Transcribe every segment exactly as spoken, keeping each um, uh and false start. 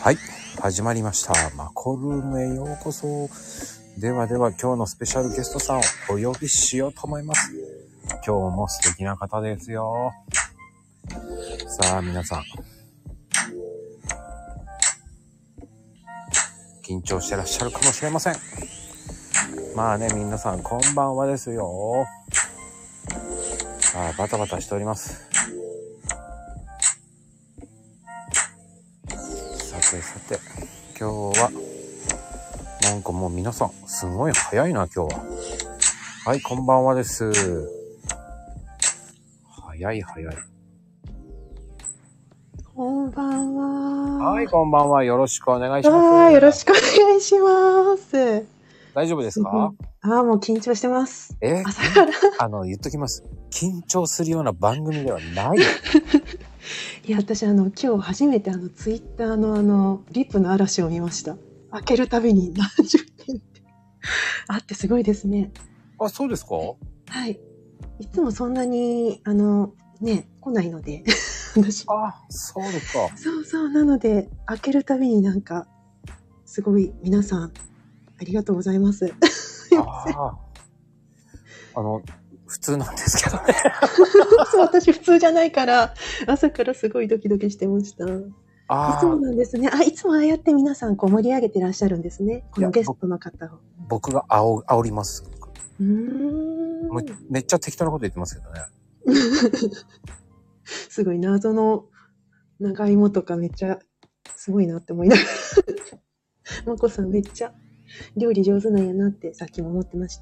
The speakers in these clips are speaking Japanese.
はい、始まりました。マコルームへようこそ。ではでは今日のスペシャルゲストさんをお呼びしようと思います。今日も素敵な方ですよ。さあ皆さん、緊張してらっしゃるかもしれません。まあね、皆さんこんばんはですよ。さあバタバタしております。さてさて、今日はなんかもう皆さんすごい早いな今日は。はい、こんばんはです。早い早い。 こんばんは。 はい、こんばんは。よろしくお願いします。 はい、よろしくお願いします。 大丈夫ですか？ ああ、もう緊張してます。 え朝からあの、言っときます。緊張するような番組ではない。 いや、私、あの、今日初めてあの、ツイッターのあの、リップの嵐を見ました。開けるたびに何十件ってあってすごいですね。 あ、そうですか？ はい。いつもそんなに、あの、ね、来ないので。私。 あ、そうですか。 そうそう。なので、開けるたびになんか、すごい皆さん、ありがとうございます。 ああの、普通なんですけどね。 そう、私普通じゃないから、朝からすごいドキドキしてました。 ああ。 そうなんですね。あ、いつもああやって皆さんこう盛り上げてらっしゃるんですね。このゲストの方を。 僕があお、煽ります。 うーん。 め、めっちゃ適当なこと言ってますけどね。 すごい謎の長芋とかめっちゃすごいなって思いながら。まこさんめっちゃ料理上手なんやなってさっきも思ってました。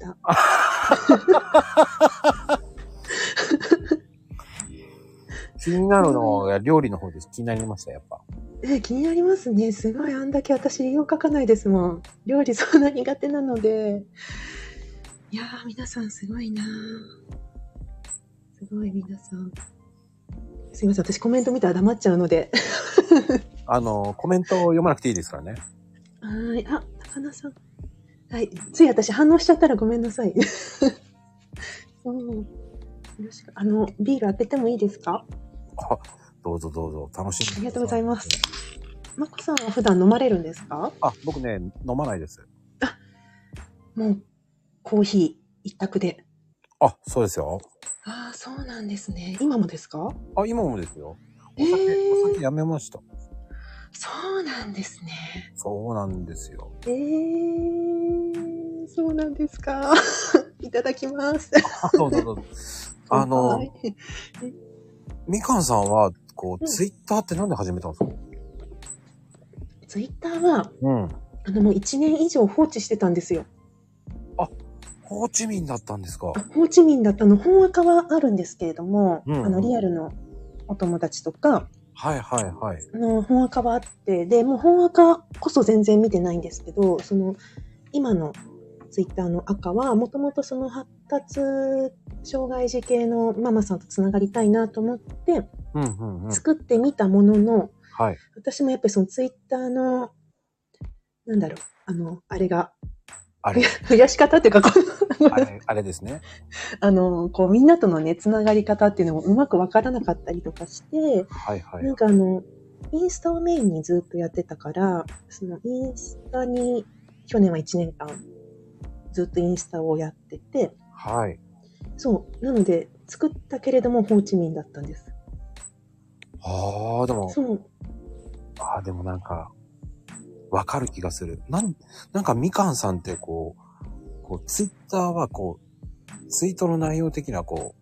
気になるのが料理の方です。気になりました、やっぱ。 え、気になりますね。すごい、あんだけ私絵を描かないですもん。料理そんな苦手なので。いやー、皆さんすごいなー。すごい皆さん。すいません、私コメント見たら黙っちゃうので。 あの、コメントを読まなくていいですからね。 はい。あ、高菜さん。はい。つい私反応しちゃったらごめんなさい。そう。よろしく。あの、ビール開けてもいいですか？ あ、どうぞどうぞ。楽しみに。 ありがとうございます。まこさんは普段飲まれるんですか？ あ、僕ね、飲まないです。 あ、もう、コーヒー一択で。 あ、そうですよ。 ああ、そうなんですね。今もですか？ あ、今もですよ。お酒、 えー、 お酒やめました。 そうなんですね。 そうなんですよ。 えー、そうなんですか。いただきます。 あ、どうぞどうぞ。あの、みかんさんは、こう、うん、ツイッターってなんで始めたんですか？ ツイッターは、 うん。 あの、もういちねん以上放置してたんですよ。 あ、ホーチミンだったんですか？ ホーチミンだったの、本赤はあるんですけれども、 うんうん、 あの、リアルのお友達とか、 はいはいはい。 あの、本赤はあって、で、もう本赤こそ全然見てないんですけど、その、今のツイッターの赤は、もともとその発達障害児系のママさんとつながりたいなと思って、 うんうんうん、 作ってみたものの、 はい、 私もやっぱりそのツイッターの、なんだろう、あの、あれが、あれ増やし方っていうか、このあれ、あれですね。 あの、こう、みんなとのね、つながり方っていうのもうまくわからなかったりとかして、 はいはい。 なんかあの、インスタをメインにずっとやってたから、そのインスタに、去年はいちねんかん、ずっとインスタをやってて、 はい。 そう、なので、作ったけれども、ホーチミンだったんです。 ああ、でも、 そう。 ああ、でもなんか、わかる気がする。なん、なんかみかんさんってこう、こう、ツイッターはこう、ツイートの内容的なこ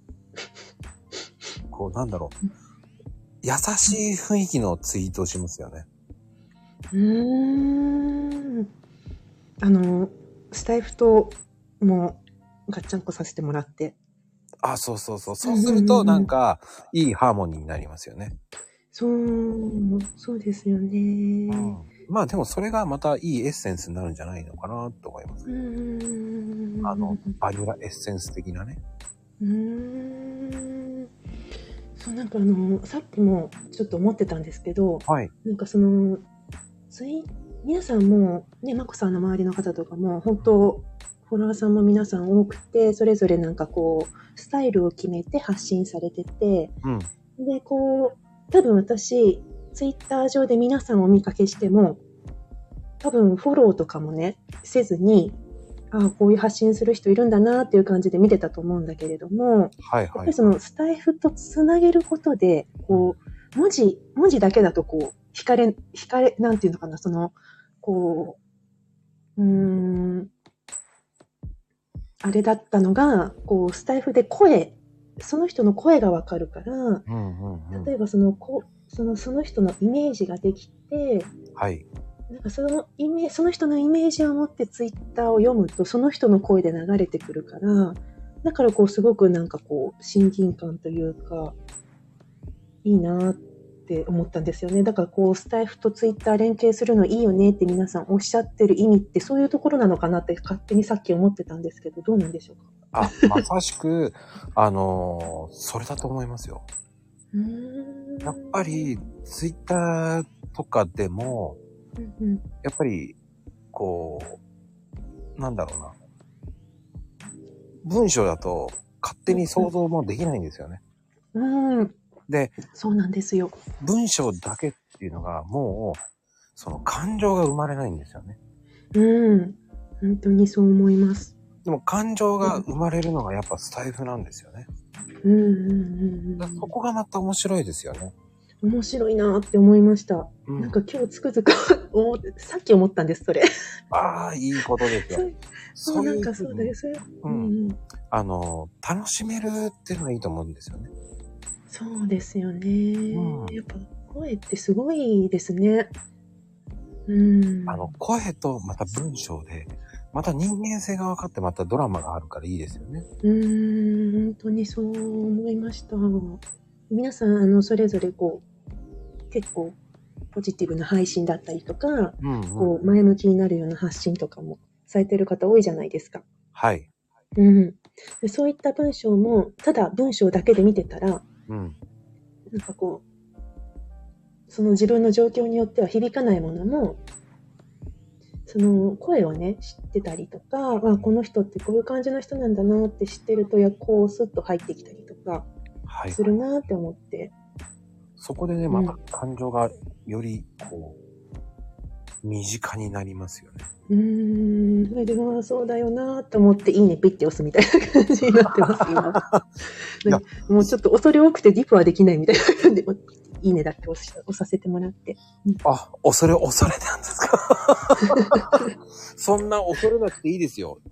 う、こうなんだろう、優しい雰囲気のツイートをしますよね。 うーん。あの、スタイフともうガッチャンコさせてもらって。 あ、そうそうそう。そうするとなんか、いいハーモニーになりますよね。 そう、そうですよね。うん、 まあでもそれがまたいいエッセンスになるんじゃないのかなと思います。うーん、あの、バニラエッセンス的なね。 うーん。そう、なんかあの、さっきもちょっと思ってたんですけど、 はい。 なんかその、ツイ、皆さんも、ね、まこさんの周りの方とかも、本当フォロワーさんも皆さん多くて、それぞれなんかこう、スタイルを決めて発信されてて、 うん、 で、こう、多分私、 ツイッター上で皆さんお見かけしても、多分フォローとかもね、せずに、ああ、こういう発信する人いるんだなっていう感じで見てたと思うんだけれども、 はいはい。 やっぱりそのスタイフとつなげることで、こう、文字、文字だけだとこう、惹かれ、惹かれ、なんていうのかな、その、こう、うーん、あれだったのが、こう、スタイフで声、その人の声がわかるから、 うんうんうん。 例えばその、こその、その人のイメージができて、 はい。 なんかそのイメその人のイメージを持ってツイッターを読むと、その人の声で流れてくるから、だからこうすごくなんかこう親近感というか、いいなって思ったんですよね。だからこうスタイフとツイッター連携するのいいよねって皆さんおっしゃってる意味ってそういうところなのかなって勝手にさっき思ってたんですけど、どうなんでしょうか。 あ、まさしく、あのー、それだと思いますよ。 うーんやっぱり、ツイッターとかでも、 うんうん、 やっぱり、こう、なんだろうな。文章だと勝手に想像もできないんですよね。 うん、 で、 そうなんですよ。 文章だけっていうのがもう、その感情が生まれないんですよね。 うん、本当にそう思います。 でも感情が生まれるのがやっぱスタイフなんですよね。 うんうんうんうん、 そこがまた面白いですよね。 面白いなって思いました。 うん、 なんか今日つくづく思って、さっき思ったんです、それ。 ああ、いいことですよ。 そう、そうなんかそうだよ、それ。 ううんん。 うん。 あの、楽しめるっていうのがいいと思うんですよね。 そうですよね。 うんやっぱ声ってすごいですね。うん。 あの、声とまた文章で、また人間性が分かってまたドラマがあるからいいですよね。 うーん、本当にそう思いました。皆さん、あの、それぞれこう、結構、ポジティブな配信だったりとか、 うんうん。 こう、前向きになるような発信とかもされてる方多いじゃないですか。 はい。 うん。でそういった文章も、ただ文章だけで見てたら、 うん。 なんかこう、その自分の状況によっては響かないものも、その声をね、知ってたりとか、あ、この人ってこういう感じの人なんだなって知ってると、やこうスッと入ってきたりとかはい。 するなって思って。 そこでね、また感情がより、こう、身近になりますよね。 うーん、それで、まあ、そうだよなと思って、いいね、ピッて押すみたいな感じになってます、今。 いやもうちょっと恐れ多くてリプはできないみたいな感じで、いいねだけ押し押させてもらって。 あ、恐れ、恐れなんですかそんな恐れなくていいですよ。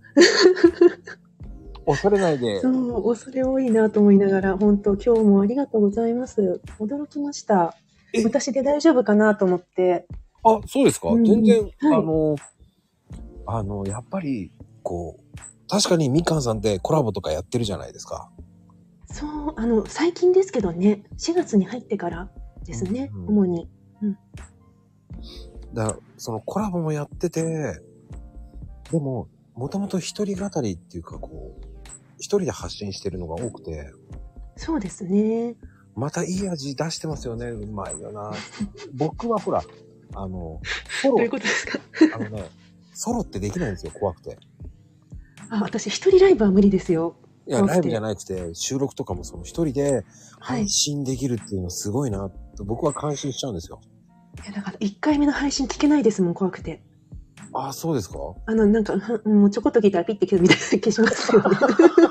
恐れないで。 そう、恐れ多いなと思いながら、本当今日もありがとうございます。驚きました。 え私で大丈夫かなと思って。 あ、そうですか、 うん、 全然、 はい、 あの、あの、やっぱり、こう、確かにみかんさんってコラボとかやってるじゃないですか。 そう、あの、最近ですけどね、しがつに入ってからですね、 うんうん、 主に。うん。 だから、そのコラボもやってて、でも、もともと一人語りっていうか、こう、一人で発信してるのが多くて、 そうですね。 またいい味出してますよね。うまいよな。僕はほら、あの、ソロ、 どういうことですか？ あのね、ソロってできないんですよ、怖くて。 あ、私一人ライブは無理ですよ。 いや、ライブじゃなくて、収録とかもその一人で配信できるっていうのすごいなと僕は感心しちゃうんですよ。 いや、だからいっかいめの配信聞けないですもん、怖くて。 ああ、そうですか？ あの、なんか、はもうちょこっと聞いたらピッて消すみたいな消しますよね。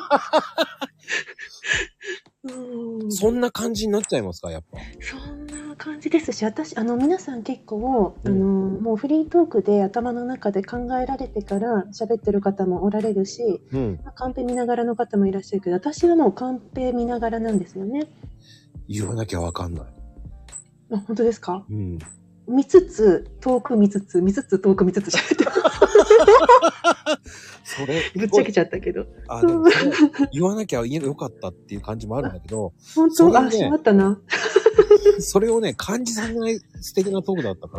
うん、 そんな感じになっちゃいますか、やっぱ。 そんな感じですし、私、あの、皆さん結構、 うんあの、もうフリートークで頭の中で考えられてから喋ってる方もおられるし、 うん。 まあカンペ見ながらの方もいらっしゃるけど、私はもうカンペ見ながらなんですよね。 言わなきゃわかんない。 あ、本当ですか？ うん。 見つつ、遠く見つつ、見つつ、遠く見つつ喋ってます。 それ、 ぶっちゃけちゃったけど。 あ、でもそれ言わなきゃよかったっていう感じもあるんだけど、 本当、ね、あ、しまったな。 それをね、感じさせない素敵なトークだったから。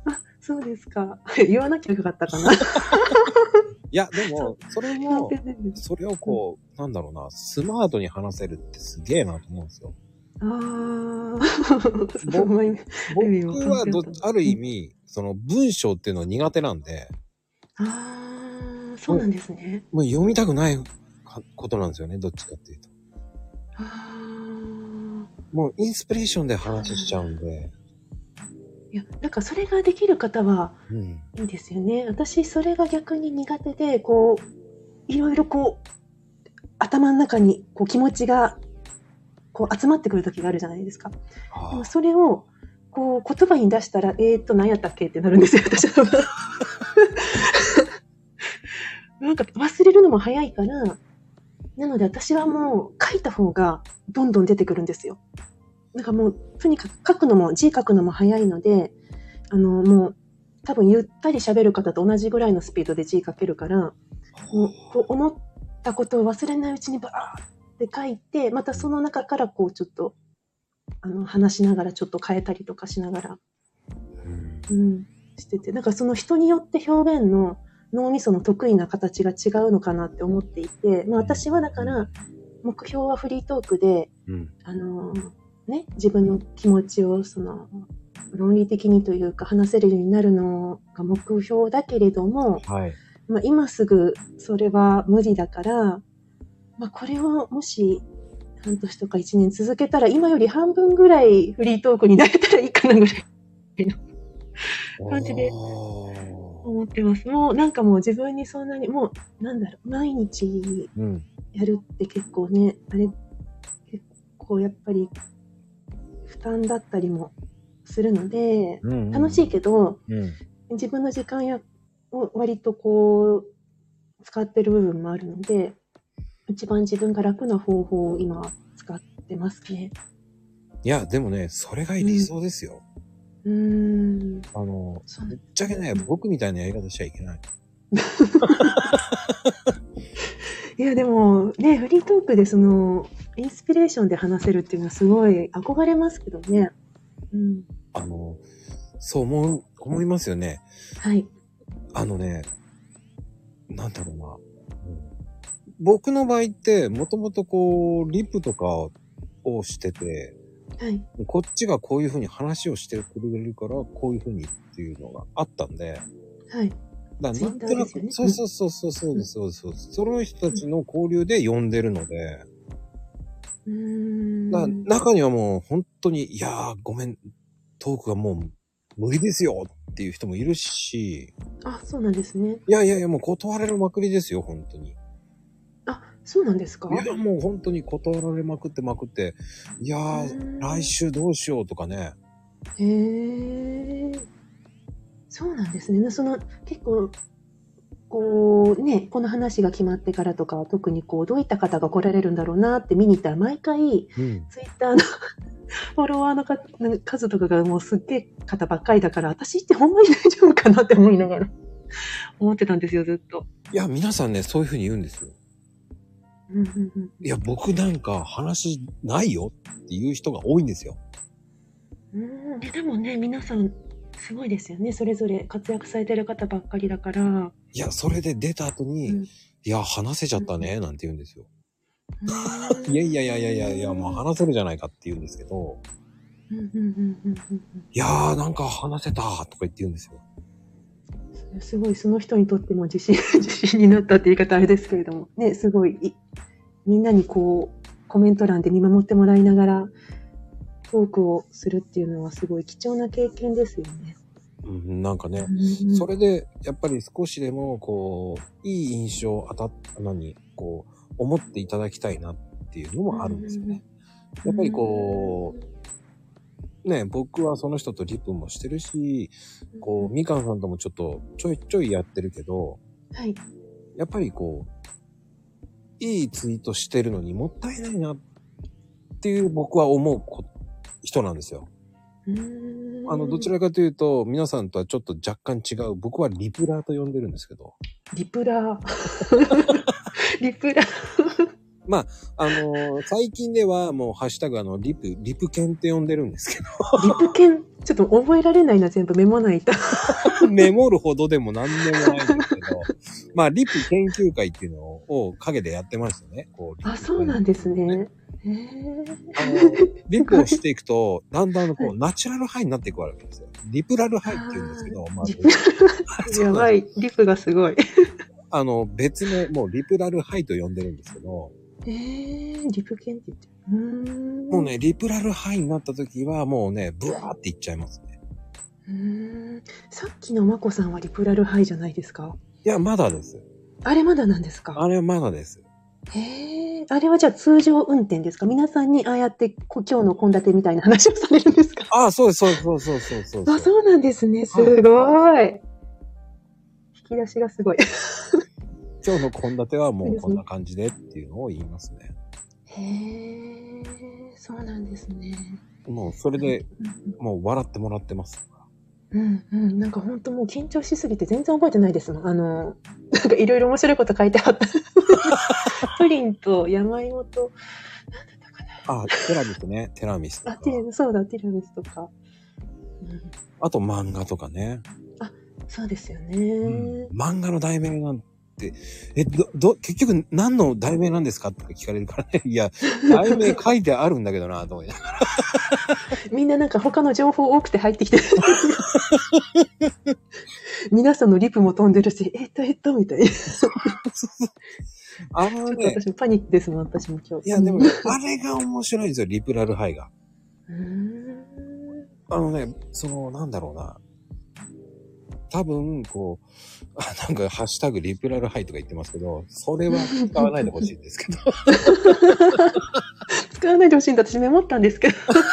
あ、そうですか。言わなきゃよかったかな。 いや、でも、それも、それをこう、うん、なんだろうな、スマートに話せるってすげえなと思うんですよ。 ああ。 僕はど、ある意味、その文章っていうのは苦手なんで。 ああ、そうなんですね。 もう読みたくないことなんですよね、どっちかっていうと。 ああ。 もうインスピレーションで話しちゃうんで。 いや、なんかそれができる方はうん。 いいですよね。私、それが逆に苦手で、こう、いろいろこう、頭の中にこう気持ちがこう集まってくる時があるじゃないですか。でもそれをこう言葉に出したら、えーっと、何やったっけってなるんですよ、私は。なんか忘れるのも早いから、なので私はもう書いた方がどんどん出てくるんですよ。なんかもう、とにかく書くのも、字書くのも早いので、あの、もう、多分ゆったり喋る方と同じぐらいのスピードで字書けるから、もう、こう思ったことを忘れないうちにバーって書いて、またその中からこうちょっと、あの、話しながらちょっと変えたりとかしながら、うん、してて、なんかその人によって表現の脳みその得意な形が違うのかなって思っていて、まあ私はだから、目標はフリートークで、うん、あの、ね、自分の気持ちをその論理的にというか話せるようになるのが目標だけれども、はい、まあ、今すぐそれは無理だから、まあ、これをもし半年とかいちねん続けたら今より半分ぐらいフリートークになれたらいいかなぐらいの感じで思ってます。もうなんかもう自分にそんなにもうなんだろう毎日やるって結構ね、あれ結構やっぱり負担だったりもするので、うんうん、楽しいけど、うん、自分の時間やを割とこう使ってる部分もあるので、一番自分が楽な方法を今使ってますね。 いやでもね、それが理想ですよ。うん。あのぶっちゃけね、僕みたいなやり方しちゃいけない。 いやでもね、フリートークでそのインスピレーションで話せるっていうのはすごい憧れますけどね。 うん。あのそう思う思いますよね。 はい。 あのね、なんだろうな。うん、僕の場合って、もともとこう、リップとかをしてて、はい、こっちがこういう風に話をしてくれるから、こういう風にっていうのがあったんで、はい。だからなんとなく、ね、そうそうそうそうそうそうそう、うん、その人たちの交流で呼んでるので、うーん。だ中にはもう本当に、いやーごめん、トークがもう無理ですよっていう人もいるし。 あ、そうなんですね。 いやいやいや、もう断られまくりですよ、本当に。 あ、そうなんですか？ いや、もう本当に断られまくってまくって、いやー、来週どうしようとかね。 へー。そうなんですね。その、結構、こうね、この話が決まってからとかは特にこう、どういった方が来られるんだろうなって見に行ったら毎回、うん、ツイッターのフォロワーの数とかがもうすっげえ方ばっかりだから、私ってほんまに大丈夫かなって思いながら思ってたんですよ、ずっと。 いや、皆さんね、そういう風に言うんですよ。うんうんうん、いや、僕なんか話ないよっていう人が多いんですよ。 うーん、でもね、皆さんすごいですよね。それぞれ活躍されてる方ばっかりだから。 いや、それで出た後に、うん、いや、話せちゃったね、なんて言うんですよ。いやいやいやいやいやいや、もう話せるじゃないかって言うんですけど、いやーなんか話せたとか言って言うんですよ。 すごいその人にとっても自信、自信になったって言い方あれですけれども、ね、すごい、みんなにこう、コメント欄で見守ってもらいながら、トークをするっていうのはすごい貴重な経験ですよね。 うん、なんかね、うん、それで、やっぱり少しでも、こう、いい印象を当たったのに、こう、思っていただきたいなっていうのもあるんですよね。やっぱりこう、ね、僕はその人とリップもしてるし、こう、みかんさんともちょっとちょいちょいやってるけど、はい。やっぱりこう、いいツイートしてるのにもったいないなっていう僕は思う人なんですよ。うーんあの、どちらかというと、皆さんとはちょっと若干違う、僕はリプラーと呼んでるんですけど。 リプラーリプラーまあ、あのー、最近ではもうハッシュタグあの、リプ、リプ犬って呼んでるんですけど。 リプ犬ちょっと覚えられないな、全部メモないと。 メモるほどでも何でもないんですけど。まあ、リプ研究会っていうのを陰でやってましたね。こうあ、そうなんですね。へあの、リプをしていくと、だんだんこう、はい、ナチュラルハイになっていくわけですよ。リプラルハイって言うんですけど、まあ、リプやばい、リプがすごい。 あの、別名、もうリプラルハイと呼んでるんですけど、 えー、リプ犬って言ってうーんもうね、リプラルハイになった時はもうね、ブワーっていっちゃいますね。 うーん。さっきのまこさんはリプラルハイじゃないですか？ いや、まだです。 あれまだなんですか？ あれはまだです。 へえ。あれはじゃあ通常運転ですか？皆さんにああやってこ今日の献立みたいな話をされるんですか？ ああ、そうです、そうです、そうそうそうそうそう。 あ、そうなんですね。すごい。引き出しがすごい。 今日の献立はもうこんな感じでっていうのを言いますね。 へえ、そうなんですね。 もうそれで、もう笑ってもらってます。 うんうん。なんかほんともう緊張しすぎて全然覚えてないですもん。あの、なんかいろいろ面白いこと書いてあった。プリンと山芋と、なんだったかな。 あ、ティラミスね。ティラミスとか。 あ、ティラミス、そうだ、ティラミスとか。うん、 あと漫画とかね。 あ、そうですよね、 うん。漫画の題名なんて、え、ど、ど、結局何の題名なんですかって聞かれるからね。いや、題名書いてあるんだけどなと思いながら。 みんななんか他の情報多くて入ってきてる。皆さんのリプも飛んでるし、えっとえっとみたいな。 あのね、 ちょっと私もパニックですもん、私も今日。 いやでもね、あれが面白いんですよ、リプラルハイが。 うーん。 あのね、その、なんだろうな。多分、こう、あ、なんか、ハッシュタグリプラルハイとか言ってますけど、それは使わないでほしいんですけど。 使わないでほしいんだ、私メモったんですけど。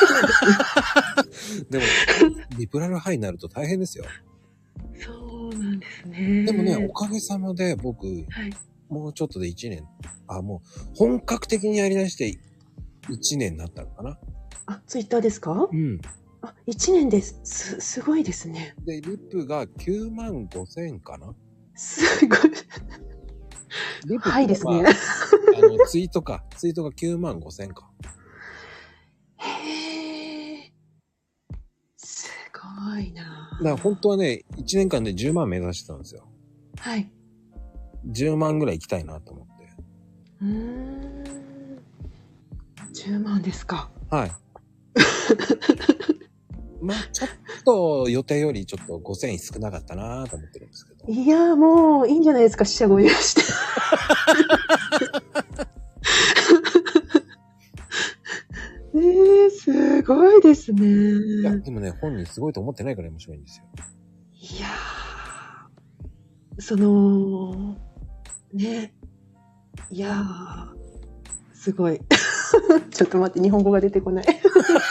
でも、リプラルハイになると大変ですよ。 そうなんですね。 でもね、おかげさまで僕、はい、もうちょっとでいちねん、あ、もう本格的にやりだしていちねんになったのかな。 あ、ツイッターですか？ うん。 あ、いちねんです。す、すごいですね。 で、リップがきゅうまんごせんかな。 すごい。リップはいですね。 あの、ツイートか。ツイートがきゅうまんごせんか。 へー。すごいな。 だから本当はね、いちねんかんでじゅうまん目指してたんですよ。 はい。 じゅうまんぐらい行きたいなと思って。 うーん。じゅうまんですか。 はい。まあ、ちょっと予定よりちょっとごせんえん少なかったなと思ってるんですけど。 いや、もういいんじゃないですか、四捨五入して。えー、すごいですね。 いや、でもね、本人すごいと思ってないから面白いんですよ。 いやー、その、ね、いやー、すごい。ちょっと待って、日本語が出てこない。だ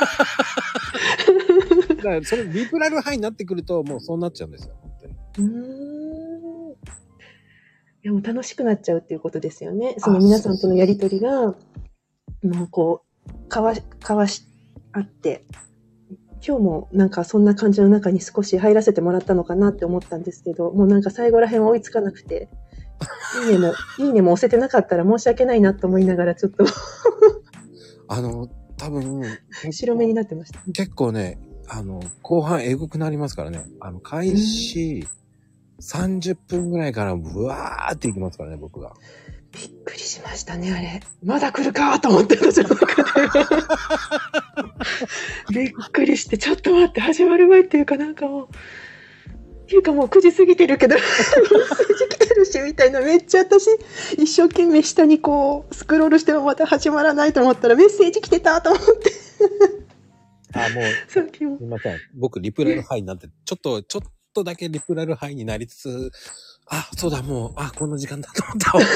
からそれリプラルハイになってくるともうそうなっちゃうんですよ、本当に。 うーん。いや、もう楽しくなっちゃうっていうことですよね。その皆さんとのやりとりが、もうこう、かわし、かわし、あって、今日もなんかそんな感じの中に少し入らせてもらったのかなって思ったんですけど、もうなんか最後ら辺追いつかなくて、いいねも、いいねも押せてなかったら申し訳ないなと思いながらちょっと。 あの、多分、 白目になってました。 結構ね、あの、後半エゴくなりますからね。あの、開始さんじゅっぷんぐらいからブワーっていきますからね、僕が。 びっくりしましたね、あれ。まだ来るかと思ってたじゃないか。びっくりして、ちょっと待って、始まる前っていうかなんかもう、っていうかもうくじ過ぎてるけど、メッセージ来てるし、みたいな、めっちゃ私、一生懸命下にこう、スクロールしてもまた始まらないと思ったら、メッセージ来てたと思って。 あ、もう、 さっきも。 すいません。僕、リプラルハイになって、ちょっと、ちょっとだけリプラルハイになりつつ、あ、そうだ、もう、あ、こんな時間だと思ったわ。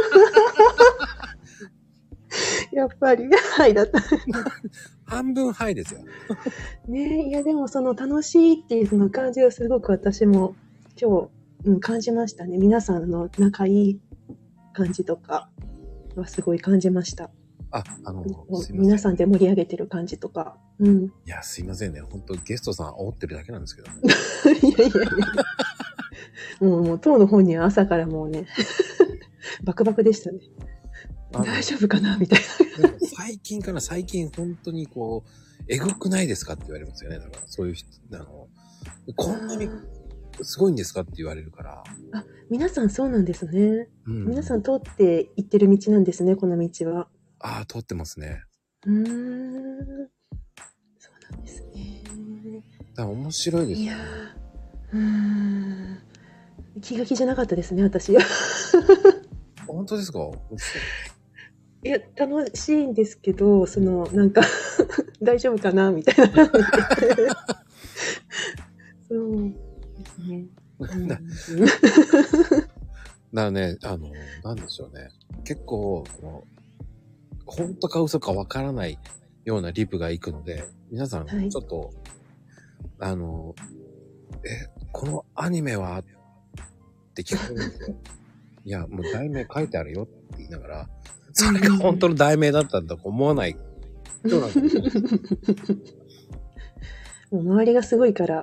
やっぱり、ハイだった。 半分ハイですよ。 ねえ、いやでもその楽しいっていうその感じはすごく私も今日、うん、感じましたね。皆さんの仲いい感じとかはすごい感じました。 あ、あの、 すいません。皆さんで盛り上げてる感じとか。うん。 いや、すいませんね。本当ゲストさん煽ってるだけなんですけどね。 いやいやいや。もう、もう、当の本人は朝からもうね、バクバクでしたね。大丈夫かなみたいな。 最近から最近本当にこう、えぐくないですかって言われますよね。だからそういう人、あの、こんなにすごいんですかって言われるから。 あ、皆さんそうなんですね。 うん、 皆さん通って行ってる道なんですね、この道は。 ああ、通ってますね。 うーん。そうなんですね。 だから面白いです。 いやー、うーん。気が気じゃなかったですね、私。 本当ですか？ いや、楽しいんですけど、その、なんか、大丈夫かなみたいな。 そうですね。うんだからね、あの、なんでしょうね。結構、この本当か嘘かわからないようなリプが行くので、皆さん、 はいちょっと、あの、え、このアニメはって聞くんですよ。いや、もう題名書いてあるよって言いながら、それが本当の題名だったんだと思わない人なんかももう周りがすごいから。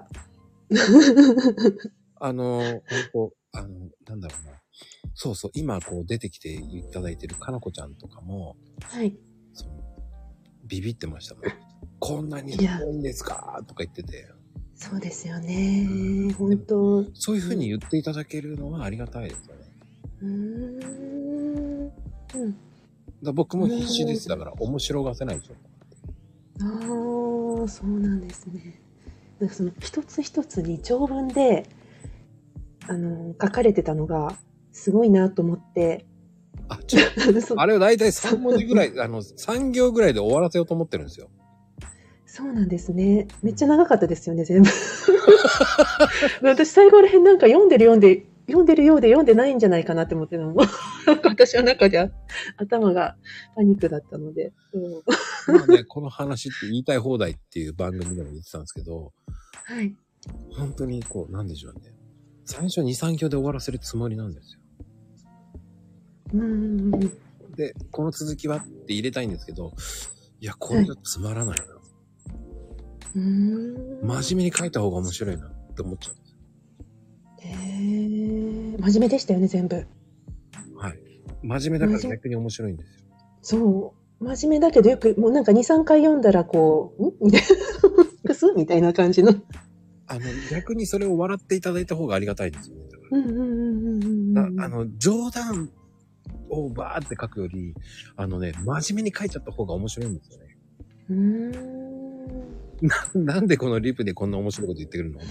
あの、本当あの、なんだろうな。そうそう、今こう出てきていただいてるかなこちゃんとかも、 はい。 そのビビってましたもん。こんなにすごいんですかとか言ってて。 そうですよね。本当。 そういう風に言っていただけるのはありがたいですよね。 うーん。うん。 だ僕も必死です。だから面白がせないでしょ。 ああ、そうなんですね。なんかその一つ一つに長文で、あの、書かれてたのが、すごいなと思って。 あ、ちょあれをだいたいさん文字ぐらい、あの、さん行ぐらいで終わらせようと思ってるんですよ。 そうなんですね。めっちゃ長かったですよね、全部。私最後ら辺なんか読んでる読んで、読んでるようで読んでないんじゃないかなって思ってたのも、なんか私の中で頭がパニックだったので。 うん、まあね、この話って言いたい放題っていう番組でも言ってたんですけど、 はい。 本当にこう、なんでしょうね。最初に、さん行で終わらせるつもりなんですよ。 うんうんうん。 で、この続きはって入れたいんですけど、いや、これじゃつまらないな。はい、 うーん。 真面目に書いた方が面白いなって思っちゃうんですよ。 へー。真面目でしたよね、全部。 はい。真面目だから逆に面白いんですよ。 そう。真面目だけどよく、もうなんかに、さんかい読んだらこう、んみたいな。くすみたいな感じの。 あの、逆にそれを笑っていただいた方がありがたいですよね。 うんうんうんうんうんうん。 あの、冗談をバーって書くより、あのね、真面目に書いちゃった方が面白いんですよね。 うーん。 な、なんでこのリプでこんな面白いこと言ってくるの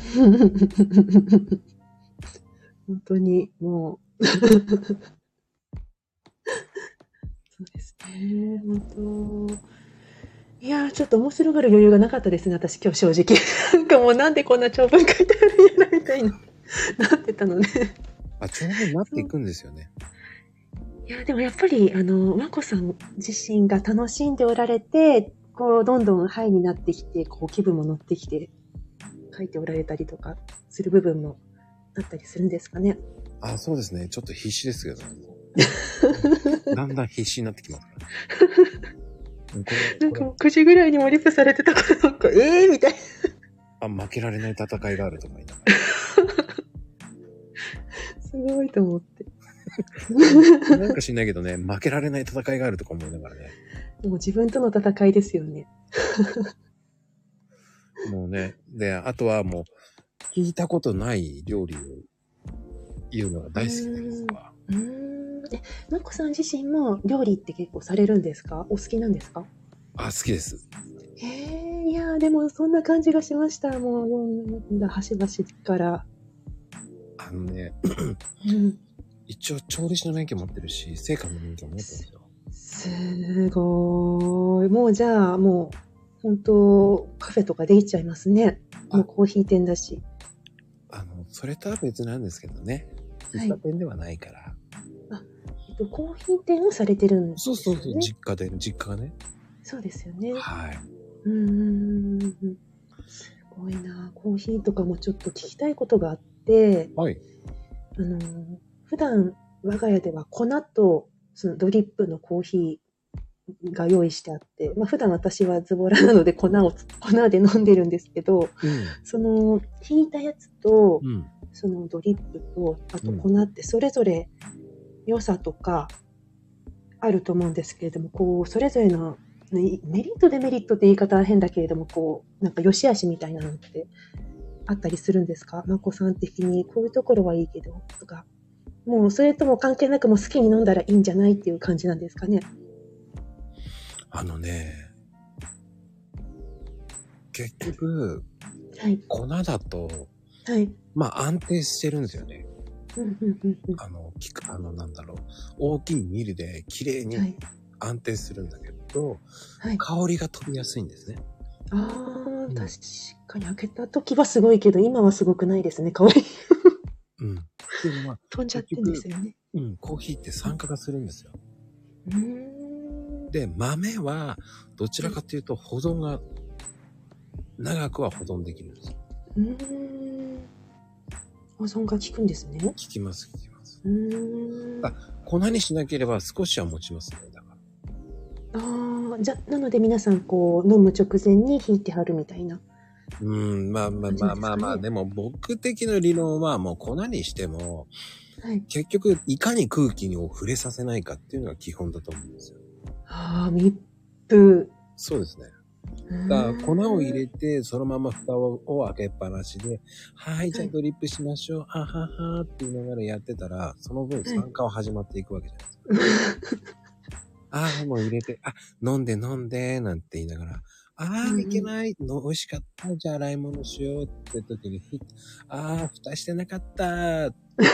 本当に、もう。そうですね、本当。いやー、ちょっと面白がる余裕がなかったですね、私今日正直。なんかもうなんでこんな長文書いてあるんやなみたいな、なってたので。 あ、長文になっていくんですよね。 いや、でもやっぱり、あの、まこさん自身が楽しんでおられて、こう、どんどんハイになってきて、こう、気分も乗ってきて、書いておられたりとかする部分もあったりするんですかね。 あ、そうですね。ちょっと必死ですけど。だんだん必死になってきますから。 なんかくじぐらいにもリプされてたから、なんか、えーみたいな。あ、負けられない戦いがあるとか言いながら。 すごいと思って。 なんか知んないけどね、負けられない戦いがあるとか思いながらね。 もう自分との戦いですよね。 もうね、で、あとはもう、聞いたことない料理を言うのが大好きですわ。 うーん。え、まこさん自身も料理って結構されるんですか？お好きなんですか？ あ、好きです。 へえ、いやーでもそんな感じがしました。もう読んだ端々から。 あのね、 うん、 一応調理師の免許持ってるし、製菓の免許も持ってるんですよ。 すごーい。もうじゃあもう本当カフェとかで行っちゃいますね。もうコーヒー店だし。 あの、それとは別なんですけどね。喫茶店ではないから。はい、 あ、えっと、コーヒー店をされてるんですよね。そうそうそう、実家で、実家がね。 そうですよね。 はい。 うーん。すごいな。コーヒーとかもちょっと聞きたいことがあって、 はい。 あの、普段我が家では粉とそのドリップのコーヒーが用意してあって、まあ普段私はズボラなので粉を、粉で飲んでるんですけど、うん、その、ひいたやつと、うん、そのドリップと、あと粉ってそれぞれ良さとかあると思うんですけれども、こう、それぞれのメリットデメリットって言い方は変だけれども、こう、なんか良し悪しみたいなのってあったりするんですか？まこさん的にこういうところはいいけど、とか。もうそれとも関係なくもう好きに飲んだらいいんじゃないっていう感じなんですかね。 あのね、結局、はい、粉だと、はい、まあ安定してるんですよね。あの、あの、なんだろう、大きいミルで綺麗に安定するんだけど、はい、香りが飛びやすいんですね。 ああ、 確かに開けた時はすごいけど、今はすごくないですね、香り。 うん。っていうのは、 飛んじゃってんですよね。 うん、コーヒーって酸化がするんですよ。 うーん。 で、豆は、どちらかというと保存が、長くは保存できるんですよ。 うーん。保存が効くんですね。 効きます、効きます。 うーん。 あ、粉にしなければ少しは持ちますね、だから。 ああ、じゃ、なので皆さん、こう、飲む直前に引いてはるみたいな。 うーん、まあまあまあまあまあ、でも僕的な理論はもう粉にしても、 はい。 結局いかに空気を触れさせないかっていうのが基本だと思うんですよ。 ああ、密封。 そうですね。だから粉を入れて、そのまま蓋を開けっぱなしで、はい、じゃあドリップしましょう、はははって言いながらやってたら、その分酸化は始まっていくわけじゃないですか。ああ、もう入れて、あ、飲んで飲んで、なんて言いながら、ああ、いけないの、美味しかった。じゃあ洗い物しようって時に、ああ、蓋してなかったって言って、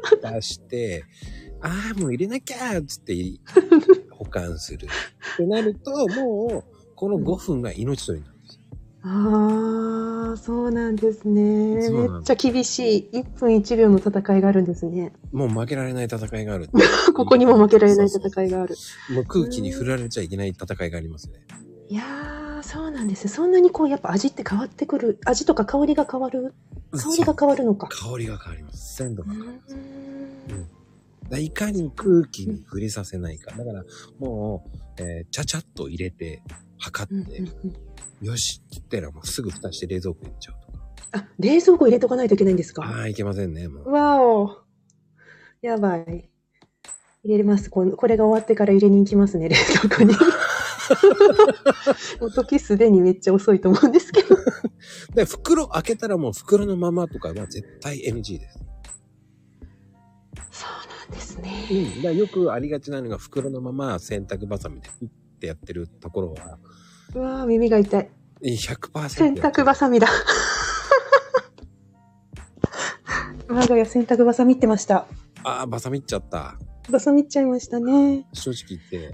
蓋して、ああ、もう入れなきゃつって保管する。ってなると、もう、このごふんが命取りなんですよ。 ああ、そうなんですね。 そうなんです。 めっちゃ厳しい。いっぷんいちびょうの戦いがあるんですね。 もう負けられない戦いがある。 ここにも負けられない戦いがある。 もう空気に振られちゃいけない戦いがありますね。 いやー、そうなんですよ。そんなにこう、やっぱ味って変わってくる。味とか香りが変わる。香りが変わるのか。 香りが変わります。鮮度が変わります。 うーんうんだいかに空気に触れさせないか。だから、もう、えー、ちゃちゃっと入れて、測って、 うんうんうん、 よしって言ったらもうすぐ蓋して冷蔵庫入れちゃうとか。 あ、冷蔵庫入れとかないといけないんですか？ ああ、いけませんね、もう。 わお。やばい。入れます。ここれが終わってから入れに行きますね、冷蔵庫に。もう時すでにめっちゃ遅いと思うんですけど。 で、袋開けたらもう袋のままとかは絶対 エヌジー です。 そうなんですね。 うん。だよくありがちなのが袋のまま洗濯バサミでピッてやってるところは。 うわー、耳が痛い。 ひゃくパーセント。 洗濯バサミだ。我が家洗濯バサミってました。 ああ、バサミっちゃった。 バサミっちゃいましたね。 正直言って、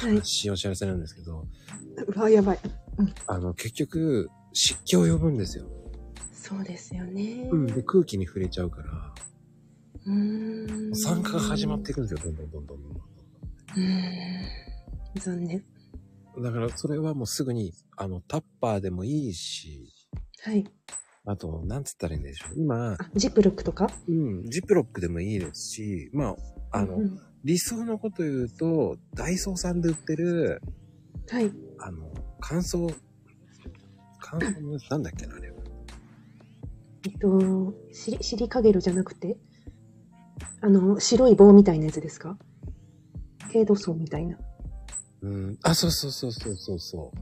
悲しいお知らせなんですけど。はい、 うわ、やばい。うん、 あの、結局、湿気を呼ぶんですよ。 そうですよね。 うん。で、空気に触れちゃうから、 うーん。 酸化が始まっていくんですよ、どんどんどんどんどん。 うーん。残念。 だから、それはもうすぐに、あの、タッパーでもいいし、 はい。 あと、なんつったらいいんでしょう。今、 ジップロックとか？ うん、ジップロックでもいいですし、まあ、あの、うんうん、理想のこと言うと、ダイソーさんで売ってる、 はい。 あの、乾燥、乾燥の、なんだっけな、あれは。 えっと、シリ、シリカゲルじゃなくて、あの、白い棒みたいなやつですか？軽度層みたいな。 うん、あ、そうそうそうそうそうそう。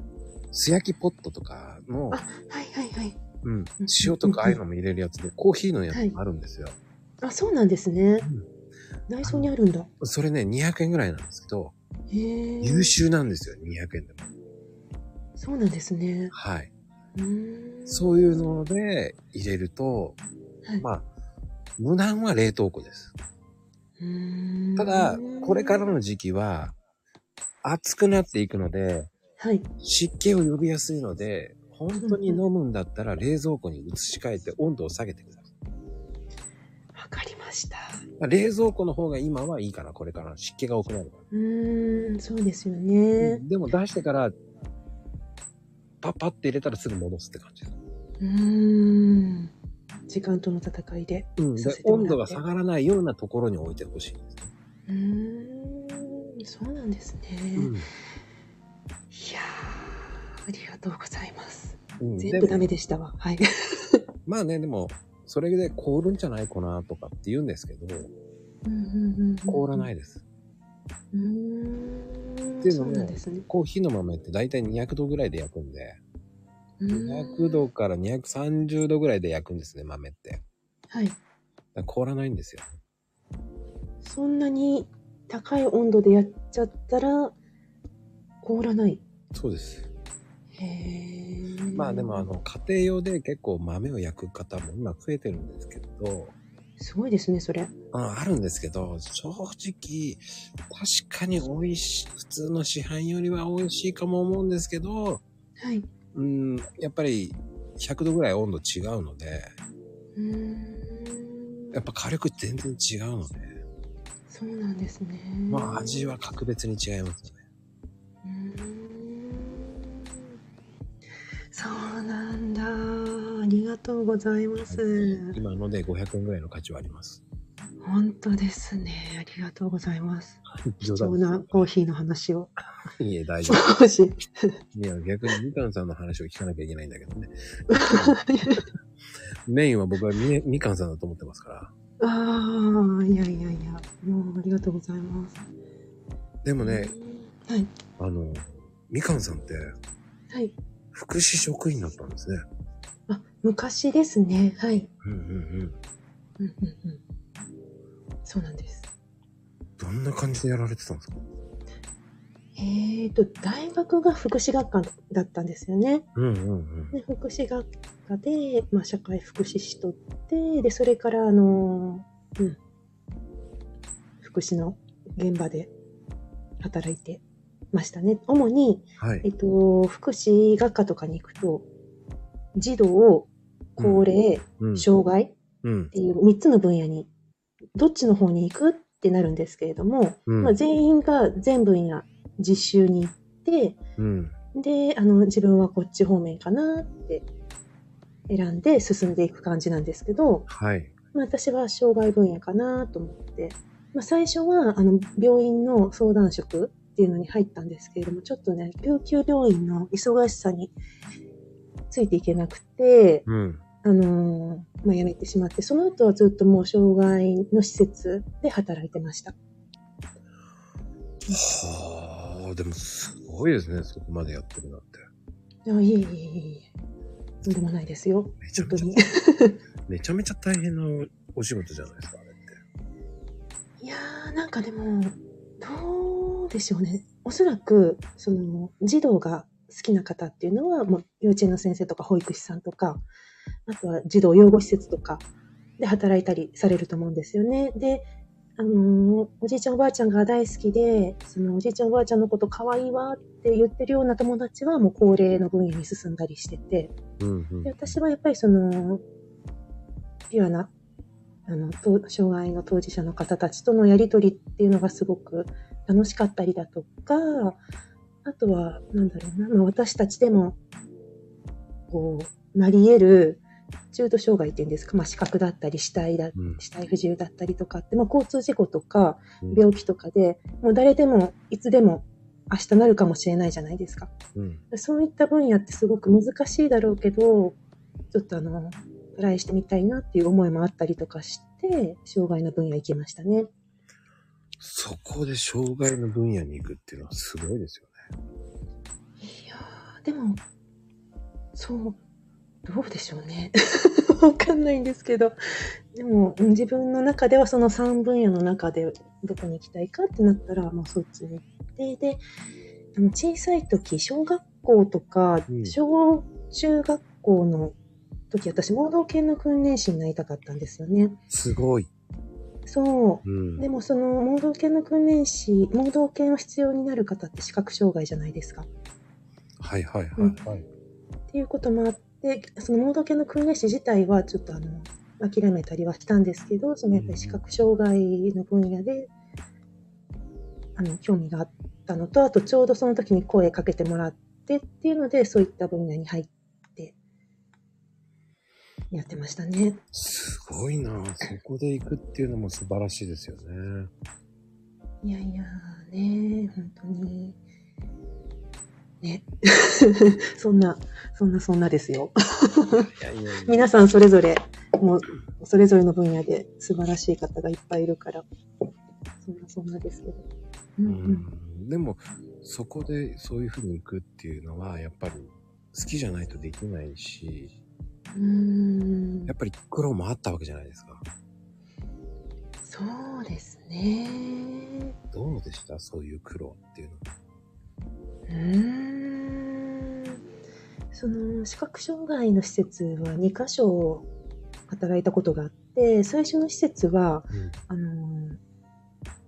素焼きポットとかの、 あ、はいはいはい。 うん、塩とかああいうのも入れるやつで、コーヒーのやつもあるんですよ。はい、 あ、そうなんですね。うん、ダイソーにあるんだ。 それね、にひゃくえんぐらいなんですけど、へー、優秀なんですよ、にひゃくえんでも。 そうなんですね。 はい。うーん、そういうので入れると、はい、まあ、無難は冷凍庫です。うーん、ただ、これからの時期は、暑くなっていくので、はい、湿気を呼びやすいので、本当に飲むんだったら冷蔵庫に移し替えて温度を下げてください。わかりました。冷蔵庫の方が今はいいかな、これから湿気が多くなるから。うーん、そうですよね。うん、でも出してから、パッパって入れたらすぐ戻すって感じです。うーん。 時間との戦いで。 うん。で、温度が下がらないようなところに置いてほしいんですね。 うーん、そうなんですね。うん、いやー、ありがとうございます。うん、全部ダメでしたわ。はい。 まあね、でも、それで凍るんじゃないかなとかって言うんですけど、うんうんうんうん、凍らないです。うーん。っていうのも、ね、コーヒーの豆ってだいたいにひゃくどぐらいで焼くんで、にひゃくどからにひゃくさんじゅうどぐらいで焼くんですね、豆って。はい。だから凍らないんですよ。 そんなに高い温度でやっちゃったら凍らない。 そうです。 へー。 まあでもあの家庭用で結構豆を焼く方も今増えてるんですけど。 すごいですね、それ。 うん、あるんですけど、正直、確かに美味しい、普通の市販よりは美味しいかも思うんですけど、はい。 うん、やっぱりひゃくどぐらい温度違うので、 うーん。 やっぱ火力全然違うので、 そうなんですね。 まあ味は格別に違いますよね。 うーん。そうなんだ。ありがとうございます。 はい、今のでごひゃくえんぐらいの価値はあります。 本当ですね。ありがとうございます。貴冗談重なコーヒーの話を。 いえ、大丈夫。 少し。 いや、逆にみかんさんの話を聞かなきゃいけないんだけどね。メインは僕は み, みかんさんだと思ってますから。 ああ、いやいやいや、もうありがとうございます。 でもね、 はい。 あの、みかんさんって、 はい。 福祉職員だったんですね。 あ、昔ですね。はい。 うんうんうん。 うんうんうん。そうなんです。 どんな感じでやられてたんですか？ えーと、大学が福祉学科だったんですよね。 うんうんうん。 で、福祉学科で、まあ、社会福祉士取って、で、それから、あの、うん、福祉の現場で働いてましたね。主に、 はい。 えっと、福祉学科とかに行くと、児童、高齢、 うん。 障害うん。 っていうみっつの分野に、どっちの方に行くってなるんですけれども、 うん。 まあ、全員が全分野実習に行って、 うん。 で、あの、自分はこっち方面かなって選んで進んでいく感じなんですけど、 はい。 まあ、私は障害分野かなと思って、まあ、最初はあの病院の相談職っていうのに入ったんですけれども、ちょっとね、救急病院の忙しさについていけなくて、 うん。 あのー、まあ、辞めてしまって、その後はずっともう障害の施設で働いてました。 はあ、でもすごいですね、そこまでやってるなんて。 あ、いえいえいえいえ。とんでもないですよ。 めちゃめちゃ本当に。 めちゃめちゃ大変なお仕事じゃないですか、あれって。 いやー、なんかでも、どうでしょうね。おそらく、その、児童が好きな方っていうのは、もう幼稚園の先生とか保育士さんとか、あとは児童養護施設とかで働いたりされると思うんですよね。で、あのー、おじいちゃんおばあちゃんが大好きで、そのおじいちゃんおばあちゃんのこと可愛いわって言ってるような友達はもう高齢の分野に進んだりしてて、 うんうん、 で私はやっぱりその、ピュアな、あの、障害の当事者の方たちとのやりとりっていうのがすごく楽しかったりだとか、あとは、なんだろうな、まあ、私たちでも、こう、なり得る中途障害っていうんですか、まあ、視覚だったり、死体だ、 うん、 死体不自由だったりとかって、まあ、交通事故とか、病気とかで、もう誰でも、いつでも、明日なるかもしれないじゃないですか。 うん、 そういった分野ってすごく難しいだろうけど、ちょっとあの、トライしてみたいなっていう思いもあったりとかして、障害の分野行きましたね。 そこで障害の分野に行くっていうのはすごいですよね。 いやー、でも、そう、どうでしょうね。わかんないんですけど、でも自分の中ではそのさんぶん野の中でどこに行きたいかってなったら、もうそっちに行って、で、あの小さい時、小学校とか、 うん、 小中学校の時、私、盲導犬の訓練士になりたかったんですよね。 すごい。 そう。 うん、 でもその盲導犬の訓練士、盲導犬を必要になる方って視覚障害じゃないですか。 はいはいはい、はい、 うん。っていうこともあって、その盲導犬の訓練士自体はちょっとあの、諦めたりはしたんですけど、そのやっぱり視覚障害の分野で、あの、興味があったのと、あとちょうどその時に声かけてもらってっていうので、そういった分野に入ってやってましたね。 すごいなぁ。そこで行くっていうのも素晴らしいですよね。 いやいやね、本当に。ね。そんな、そんなそんなですよ。いやいやいや皆さんそれぞれ、もう、それぞれの分野で素晴らしい方がいっぱいいるから、そんなそんなですけど。うんうんうん、でも、そこでそういうふうに行くっていうのは、やっぱり好きじゃないとできないし、 うーんやっぱり苦労もあったわけじゃないですか。 そうですね。 どうでしたそういう苦労っていうのは。 うーんその視覚障害の施設はにかしょ働いたことがあって、最初の施設は、うん、あの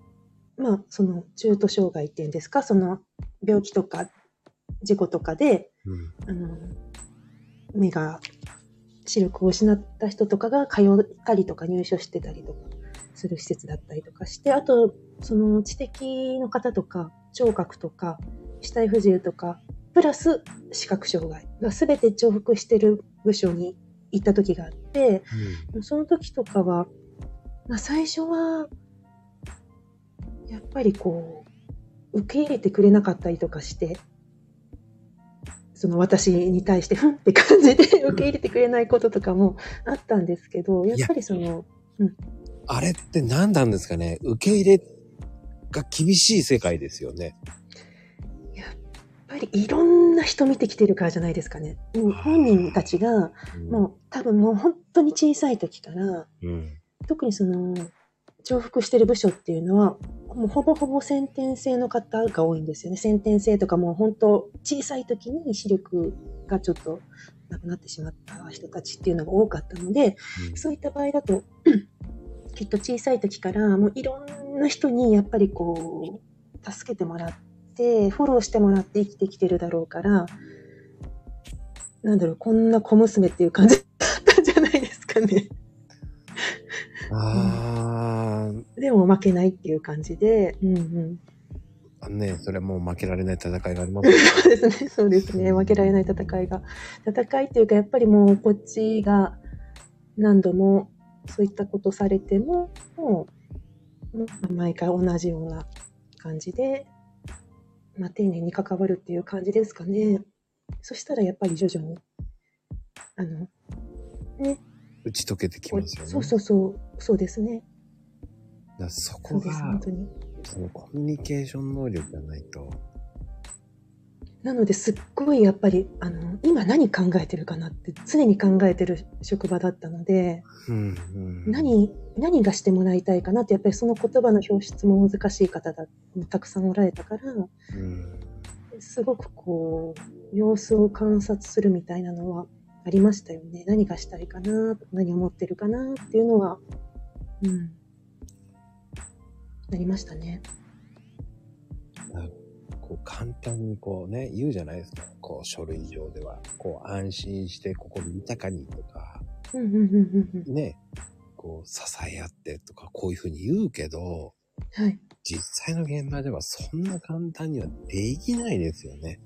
まあその中途障害っていうんですか、その病気とか事故とかでうん、 あの、目が、視力を失った人とかが通ったりとか入所してたりとかする施設だったりとかして、あと、その知的の方とか、聴覚とか、肢体不自由とか、プラス視覚障害が全て重複してる部署に行った時があって、うん、その時とかは、まあ最初は、やっぱりこう、受け入れてくれなかったりとかして、その私に対して、ふんって感じで受け入れてくれないこととかもあったんですけど、やっぱりその、うん。 あれって何なんですかね？受け入れが厳しい世界ですよね。 やっぱりいろんな人見てきてるからじゃないですかね。もう本人たちが、もう多分もう本当に小さい時から、うん、特にその、重複してる部署っていうのは、もうほぼほぼ先天性の方が多いんですよね。先天性とかもう本当小さい時に視力がちょっとなくなってしまった人たちっていうのが多かったので、うん、そういった場合だと、きっと小さい時からもういろんな人にやっぱりこう、助けてもらって、フォローしてもらって生きてきてるだろうから、なんだろう、こんな小娘っていう感じだったんじゃないですかね。あうん、でも負けないっていう感じで、うんうん。 あのね、それはもう負けられない戦いがありますね。 そうですね、そうですね、負けられない戦いが。戦いっていうか、やっぱりもうこっちが何度もそういったことされても、もう毎回同じような感じで、まあ、丁寧に関わるっていう感じですかね。そしたらやっぱり徐々に、あの、ね。 打ち解けてきますよね。 そうそうそう、そうですね。 だそこが、本当にそのコミュニケーション能力がないと。 なのですっごいやっぱり、あの、今何考えてるかなって常に考えてる職場だったので、うんうん、何、何がしてもらいたいかなって、やっぱりその言葉の表出も難しい方がたくさんおられたから、うん、すごくこう、様子を観察するみたいなのはありましたよね。何がしたいかな、何思ってるかなっていうのは、うん、なりましたね。 こう簡単にこうね、言うじゃないですか。こう書類上では、こう安心して心豊かにとか、ね、こう支え合ってとか、こういうふうに言うけど、はい、実際の現場ではそんな簡単にはできないですよね。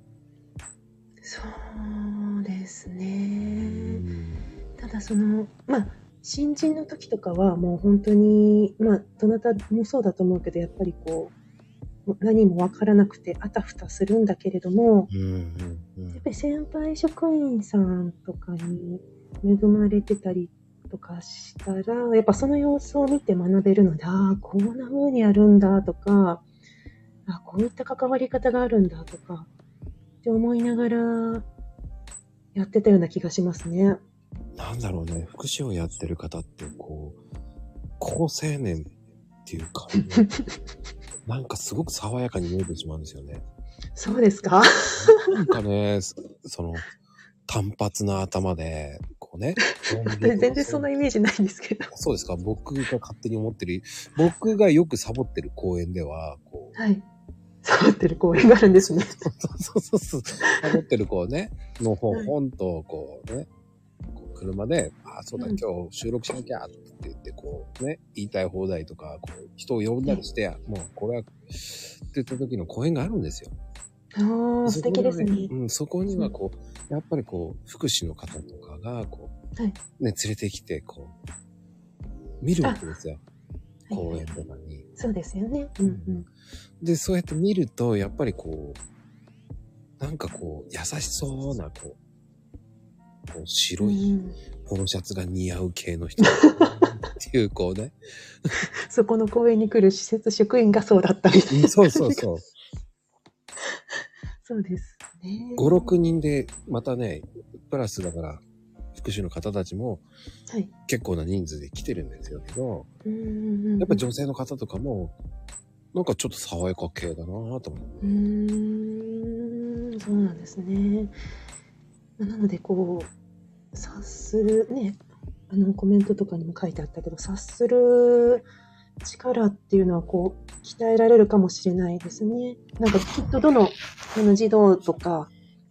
そうですね。ただその、まあ、新人の時とかはもう本当に、まあ、どなたもそうだと思うけど、やっぱりこう、何もわからなくてあたふたするんだけれども、うんうんうん、やっぱり先輩職員さんとかに恵まれてたりとかしたら、やっぱその様子を見て学べるので、ああ、こんな風にやるんだとか、あこういった関わり方があるんだとか、って思いながらやってたような気がしますね。 なんだろうね、福祉をやってる方ってこう、高青年っていうか、なんかすごく爽やかに見えてしまうんですよね。 そうですか？ なんかね、その、単発な頭で、こうね。 全然そんなイメージないんですけど。 そうですか。僕が勝手に思ってる、僕がよくサボってる公園では、こう。 はい。サボってる公園があるんですね。 そうそうそう。サボってる子ね、のほほんと、こうね、こう車で、あ、そうだ、うん、今日収録しなきゃって言って、こうね、言いたい放題とか、こう、人を呼んだりして、もうこれは、って言った時の公園があるんですよ。 ああ、素敵ですね。 うん、そこにはこう、やっぱりこう、福祉の方とかが、こう、はい、ね、連れてきて、こう、見るわけですよ。公園とかに、はい。 そうですよね。うんうん。 で、そうやって見ると、やっぱりこう、なんかこう、優しそうな、こう、こう白いポロシャツが似合う系の人っていう、こうね。 そこの公園に来る施設職員がそうだったみたいな。 そうそうそう。 そうですね。 ご、ろくにんで、またね、プラスだから、福祉の方たちも、はい、結構な人数で来てるんですよけど、うんうんうん、やっぱ女性の方とかも、なんかちょっと爽やか系だなぁと思う。 うーん、そうなんですね。なので、こう、察する、ね、あの、コメントとかにも書いてあったけど、察する力っていうのは、こう、鍛えられるかもしれないですね。なんか、きっとどの、あの児童とか、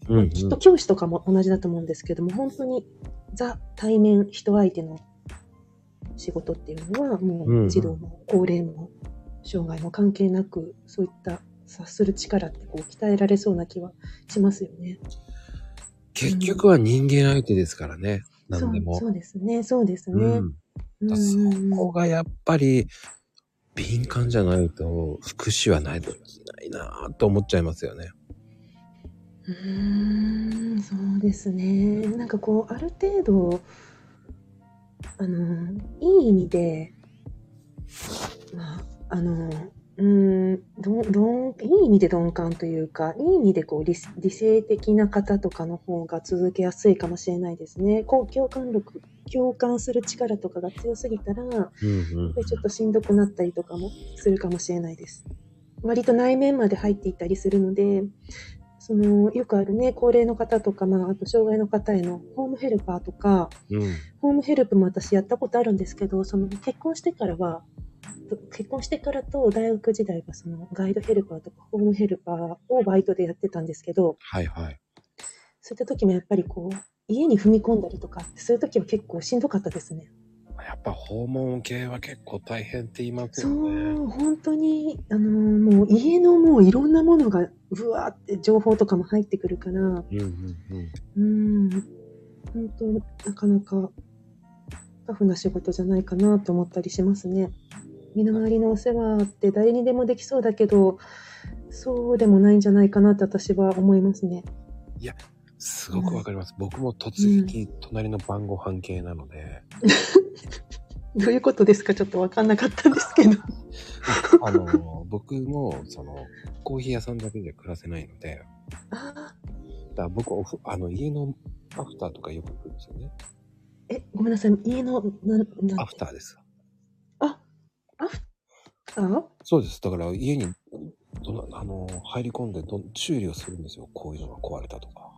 うんうん、 きっと教師とかも同じだと思うんですけども、本当にザ対面人相手の仕事っていうのはもう児童も高齢も障害も関係なく、そういった察する力ってこう鍛えられそうな気はしますよね。 結局は人間相手ですからね、うん、何でも。 そう、そうですね、そうですね。 うん、そこがやっぱり敏感じゃないと福祉はないとできないなと思っちゃいますよね。 うーん、そうですね。なんかこうある程度あのいい意味で、まああのうーんどどいい意味で鈍感というか、いい意味でこう 理, 理性的な方とかの方が続けやすいかもしれないですね。こう共感力共感する力とかが強すぎたら、うんうん、やっぱりちょっとしんどくなったりとかもするかもしれないです。割と内面まで入っていったりするので、そのよくあるね、高齢の方とか、まあ、あと障害の方へのホームヘルパーとか、うん、ホームヘルプも私やったことあるんですけど、その結婚してからは結婚してからと大学時代はそのガイドヘルパーとかホームヘルパーをバイトでやってたんですけど、 はいはい、 そういった時もやっぱりこう家に踏み込んだりとかそういう時は結構しんどかったですね。 やっぱ訪問系は結構大変って言いますよね。 そう、本当にあのもう家のもういろんなものがうわーって情報とかも入ってくるから、うんうんうん、うん本当なかなかタフな仕事じゃないかなと思ったりしますね。身の回りのお世話って誰にでもできそうだけど、そうでもないんじゃないかなって私は思いますね。 いや、すごくわかります。うん、僕も突撃隣の晩ご飯系なので。 うん、どういうことですか？ちょっとわかんなかったんですけど。 あの、僕もそのコーヒー屋さんだけで暮らせないので。ああ。だから僕おふあの家のアフターとかよく来るんですよね。 え、ごめんなさい。家のななアフターです。 あ、アフター？そうです。だから家にどあの入り込んでど修理をするんですよ。こういうのが壊れたとか。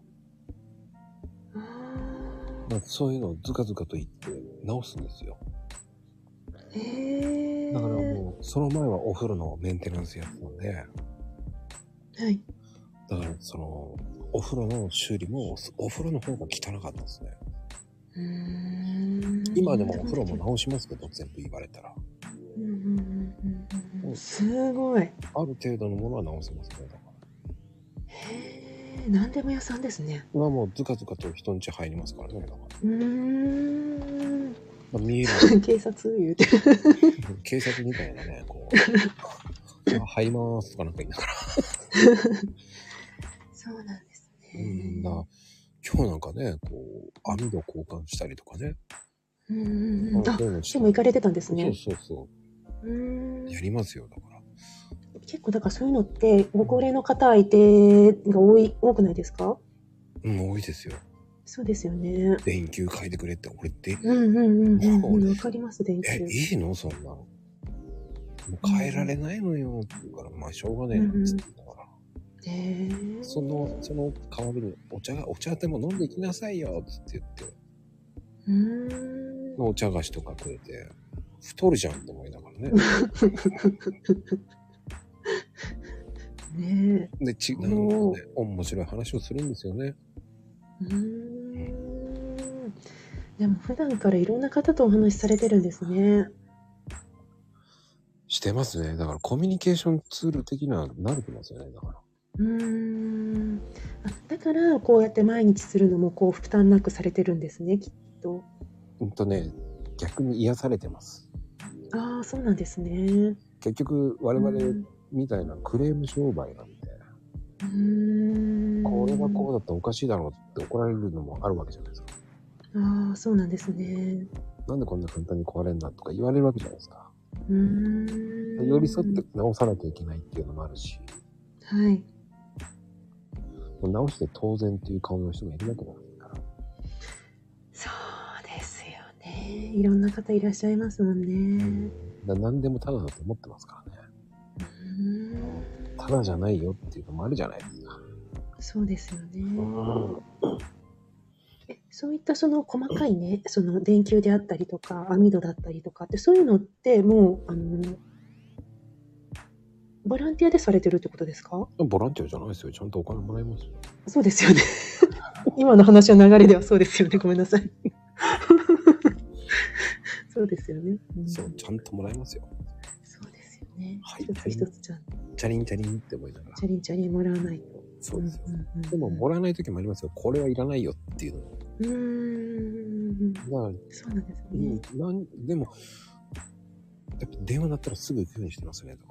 あそういうのをズカズカと言って直すんですよ。へえ。だからもうその前はお風呂のメンテナンスやってたんで。はい。だからそのお風呂の修理もお風呂の方が汚かったですね。うーん今でもお風呂も直しますけど全部言われたら。うんうんうんうん、すごい。ある程度のものは直せますね。だから。へえ、何でも屋さんですね。まあもうズカズカと人ん家入りますからね。だから。うーん。まあ、見える。警察言うて。警察みたいなね、こう。入りますとかなんか言いながら。そうなんですね。うんだ今日なんかね、こう網戸交換したりとかね。うんうんうん。あ、でも行かれてたんですね。そうそうそう。うーん。やりますよだから。結構だからそういうのってご高齢の方相手が多い多くないですか？うん、多いですよ。そうですよね。電球変えてくれって俺ってうんうんうんうんうんわかります電球。えいいのそんなの。もう変えられないのよって言うから、まあしょうがねえなって言うんだから。へえ。そのその代わりにお茶お茶でも飲んでいきなさいよって言って。うーん。お茶菓子とかくれて太るじゃんって思いながらね。ねえ。でちなんかね面白い話をするんですよね。うーん。でも普段からいろんな方とお話しされてるんですね。してますね。だからコミュニケーションツール的な慣れてますよね。だから。うーん。あ、だからこうやって毎日するのもこう負担なくされてるんですね、きっと。うんとね、逆に癒されてます。ああ、そうなんですね。結局我々みたいなクレーム商売なんで、うーんこれはこうだったらおかしいだろうって怒られるのもあるわけじゃないですか。ああ、そうなんですね。なんでこんな簡単に壊れんだとか言われるわけじゃないですか。うーん寄り添って直さなきゃいけないっていうのもあるし、はい。直して当然っていう顔の人もいるわけなんですから。そうですよね。いろんな方いらっしゃいますもんね。だ何でもタダだと思ってますからね。うーんタダじゃないよっていうのもあるじゃないですか。そうですよね。えそういったその細かいね、その電球であったりとか網戸だったりとかってそういうのってもうあのボランティアでされてるってことですか？ ボランティアじゃないですよ。ちゃんとお金もらえますよ。 そうですよね。今の話の流れではそうですよね。ごめんなさい。そうですよね、うん。 そう、ちゃんともらえますよ。 そうですよね。 はい、 一つ一つちゃんと。 チャリンチャリンって思いながら。 チャリンチャリンもらわないと。 そうですよ。 うんうんうん、 でも、もらわない時もありますよ。これはいらないよっていうの。 うーん。 だから、 そうなんですね。 うん、なんでも、やっぱ電話だったらすぐ行くようにしてますね。だから。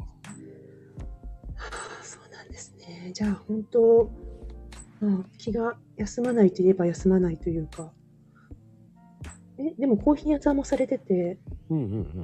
そうなんですね。じゃあ本当、まあ、気が休まないといえば休まないというか。え、でもコーヒー屋さんもされてて。 うんうん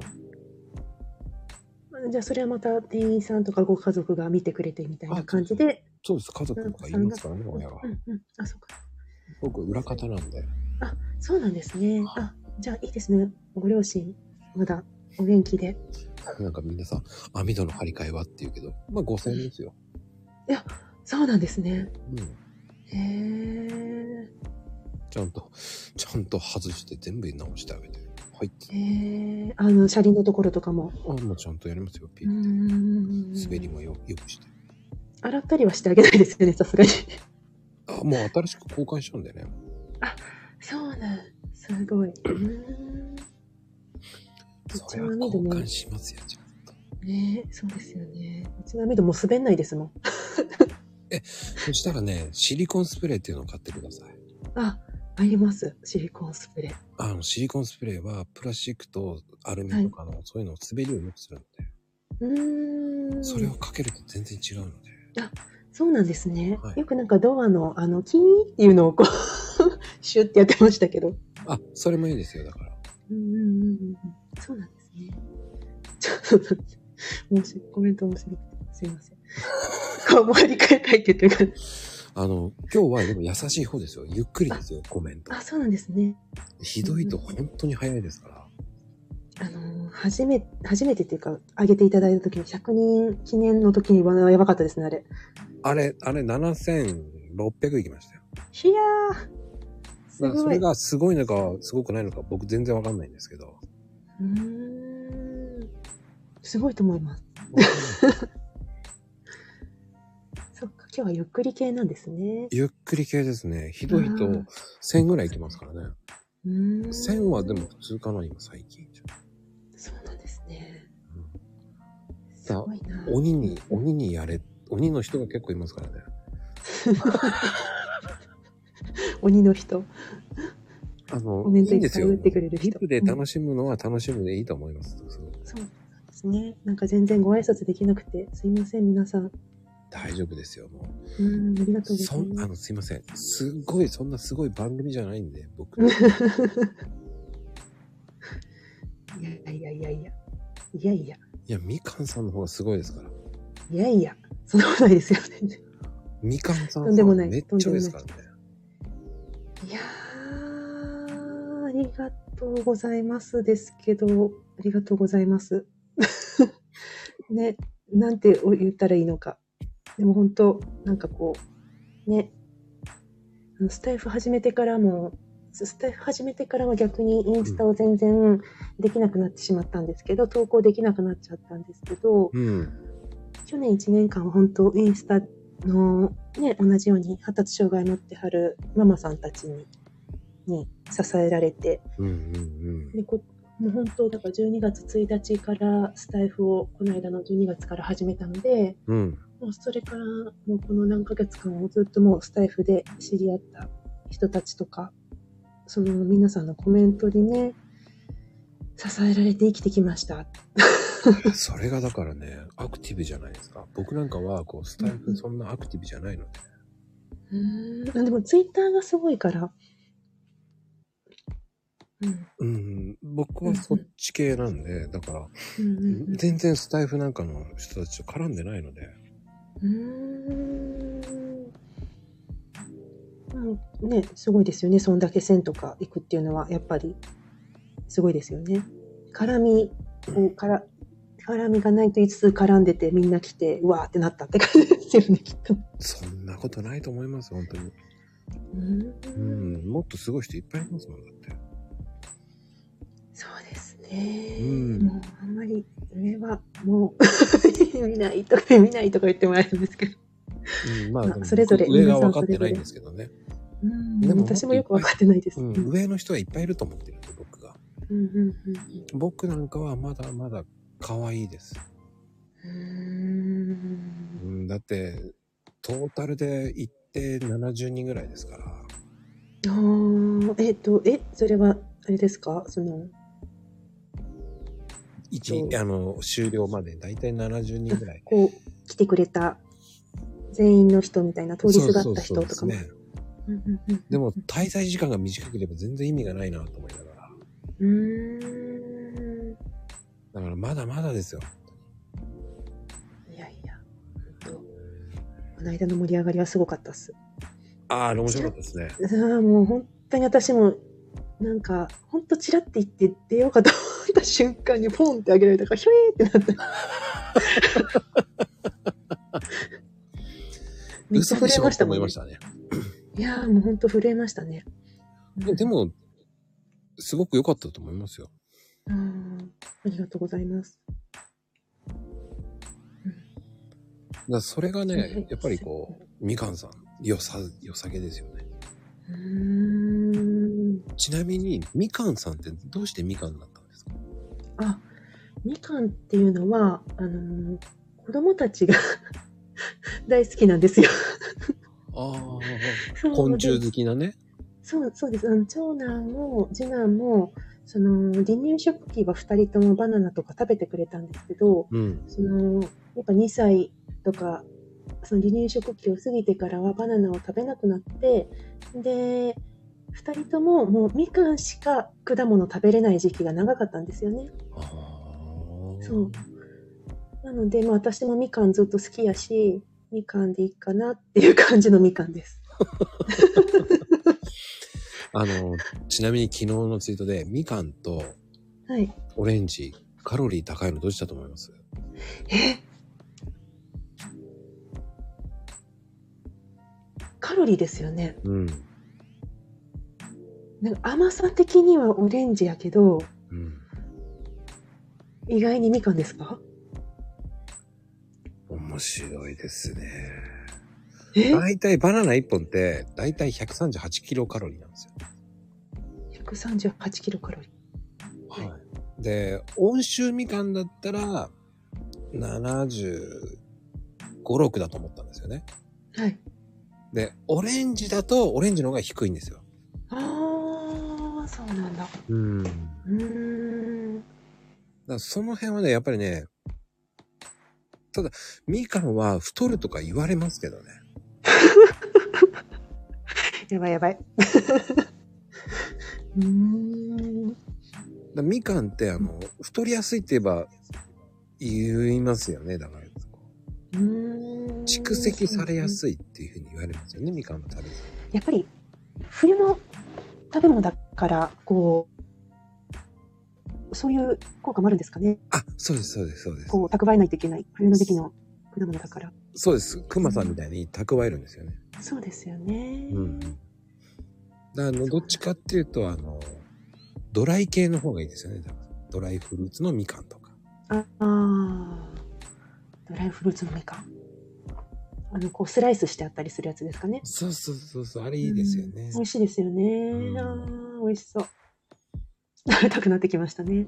うん。じゃあそれはまた店員さんとかご家族が見てくれてみたいな感じで。 そうです。家族とかいますからね、親が。 うんうん。あ、そうか。 僕、裏方なんで。 あ、そうなんですね。あ、じゃあいいですね。ご両親、まだお元気で。 なんかみんなさ、網戸の張り替えはって言うけど、まあごせんえんですよ。 いや、そうなんですね。 うん。 へー。 ちゃんと、ちゃんと外して全部直してあげて。はい。 へー。あの、車輪のところとかも。 あ、もうちゃんとやりますよ、ピッて。うーん。滑りもよ、よくして。 洗ったりはしてあげないですよね、さすがに。 あ、もう新しく交換しちゃうんだよね。 あ、そうなん。すごい。うーん。 それは交換しますよ、ちゃんと。 ねえ、そうですよね。うちの網戸も滑んないですもん。 え、そしたらね、シリコンスプレーっていうのを買ってください。 あ、あります。シリコンスプレー。 あの、シリコンスプレーは、プラスチックとアルミとかの、はい、そういうのを滑りを良くするので。うーん。それをかけると全然違うので。 あ、そうなんですね。 はい、 よくなんかドアの、あの、キーっていうのをこう、シュッてやってましたけど。 あ、それもいいですよ、だから。 うんうんうんうん。そうなんですね。ちょっと、面白い。コメント面白くて。すいません。顔も張り替えたいって言ってるから。 あの、今日はでも優しい方ですよ。ゆっくりですよ、コメント。 あ、そうなんですね。 ひどいと本当に早いですから。 あの、初め、初めてっていうか、上げていただいた時に、ひゃくにん記念の時にはやばかったですね、あれ。 あれ、あれななせんろっぴゃくいきましたよ。 いやー、すごい。 それがすごいのか、すごくないのか、僕全然わかんないんですけど。 うーん。すごいと思います。そっか、今日はゆっくり系なんですね。 ゆっくり系ですね。ひどいとせんぐらいいきますからね。うーん。せんはでも普通かな、今最近。 そうなんですね。 うん、すごいな。鬼に、鬼にやれ、鬼の人が結構いますからね。 鬼の人。 あの、いいんですよ。 打ってくれる人。 リプで楽しむのは楽しむでいいと思います。うん、 そうですね。なんか全然ご挨拶できなくて、すいません、皆さん。 大丈夫ですよ、もう。うん、ありがとうございます。 そあの、すいません。すっごい、そんなすごい番組じゃないんで、僕。 いやいやいやいや。いやいや。 いや、みかんさんの方がすごいですから。 いやいや。そんなことないですよね。 みかんさんとんでもない。 めっちゃですからね。 いやー、ありがとうございますですけど、ありがとうございます。ね、なんて言ったらいいのか。でも本当、なんかこう、ね、スタイフ始めてからも、スタイフ始めてからは逆にインスタを全然できなくなってしまったんですけど、うん、投稿できなくなっちゃったんですけど、 うん、 去年いちねんかんは本当インスタのね、同じように発達障害持ってはるママさんたちに、に支えられて、 うんうんうん、 でこもう本当だからじゅうにがつついたちからスタイフをこの間のじゅうにがつから始めたので、 うん、 もうそれからもうこの何ヶ月間をずっともうスタイフで知り合った人たちとか、その皆さんのコメントにね、支えられて生きてきました。 それがだからね、アクティブじゃないですか。僕なんかはこうスタイフそんなアクティブじゃないので。 うーん、でもツイッターがすごいから。 うん、うん、僕はそっち系なんで、だから、うんうんうん、全然スタイフなんかの人たちと絡んでないので。 うーん。うん、ね、すごいですよね。そんだけ線とか行くっていうのはやっぱりすごいですよね。絡みをから絡みがないと言いつつ絡んでてみんな来てうわーってなったって感じですよね、きっと。 そんなことないと思います本当に。 うーん、 うん、もっとすごい人いっぱいいますもんだって。 そうですね。 えー、 うんもうあんまり上はもう見ないとか見ないとか言ってもらえるんですけど。 うん、まあ、 まあでもそれぞれ僕上が皆さん分かってないんそれぞれですけどね。 うん、 でも私もよく分かってないです。 うん、 うん上の人はいっぱいいると思ってるんで、僕が。 うんうんうん僕なんかはまだまだ可愛いです。 うーんうん、だって、トータルで行ってななじゅうにんぐらいですから。 あーえっと、え、それは、あれですかその、 一、 とあの、終了までだいたいななじゅうにんぐらい。 こう、来てくれた全員の人みたいな、通りすがった人とかも。 そうそうそうですね。 うんうんうんでも、滞在時間が短ければ全然意味がないなと思いながら。 うーん。 だからまだまだですよ。 いやいや、ほんとこの間の盛り上がりはすごかったっす。 ああ、あれ面白かったですね。 ああ、もう本当に私も、なんか、ほんとチラって言って出ようかと思った瞬間にポンって上げられたから、ひょえーってなった。めっちゃ震えましたもんね。 嘘でしょと思いましたね。 いやーもうほんと震えましたね。 ででも、すごく良かったと思いますよ。 あーありがとうございます。 だからそれがね、やっぱりこう、みかんさん、良さ、良さげですよね。 うーん。 ちなみに、みかんさんってどうしてみかんだったんですか？ あ、みかんっていうのは、あのー子供たちが大好きなんですよ。 ああ、 そう昆虫で好きなね。 そうそうです。あの長男も次男も、その離乳食期はふたりともバナナとか食べてくれたんですけど、 うん。 そのやっぱにさいとかその離乳食期を過ぎてからはバナナを食べなくなって、でふたりとももうみかんしか果物食べれない時期が長かったんですよね。 ああ。 そうなので、まあ、私もみかんずっと好きやし、みかんでいいかなっていう感じのみかんです。 あの、ちなみに昨日のツイートで、みかんとはい。 オレンジ、カロリー高いのどっちだと思います？ えカロリーですよね。 うん。 なんか甘さ的にはオレンジやけど、 うん。 意外にみかんですか？ 面白いですね。 えだいたいバナナいっぽんって、だいたいひゃくさんじゅうはちキロカロリーなんですよ。 ひゃくさんじゅうはちキロカロリー。 はい。で、温州みかんだったら、ななじゅうご、ろくだと思ったんですよね。 はい。 で、オレンジだと、オレンジの方が低いんですよ。 ああ、そうなんだ。 うん。だかうーん。 らその辺はね、やっぱりね、ただ、みかんは太るとか言われますけどね。 やばいやばい。うーん。 だからみかんって、あの、太りやすいって言えば、言いますよね、だから。 うーん蓄積されやすいっていうふうに言われますよね、みかんの食べ物。 やっぱり冬の食べ物だからこうそういう効果もあるんですかね。 あ、そうです、そうです、そうです。 こう蓄えないといけない冬の時期の果物だから。 そうです。クマさんみたいに蓄えるんですよね。 そうですよね。 うん。だからあの、どっちかっていうと、あの、ドライ系の方がいいですよね。だからドライフルーツのみかんとか。 ああ、ドライフルーツのみかん。あのこうスライスしてあったりするやつですかね。 そうそうそうそう、あれいいですよね。 美味しいですよね。 うんああ、美味しそう。食べたくなってきましたね。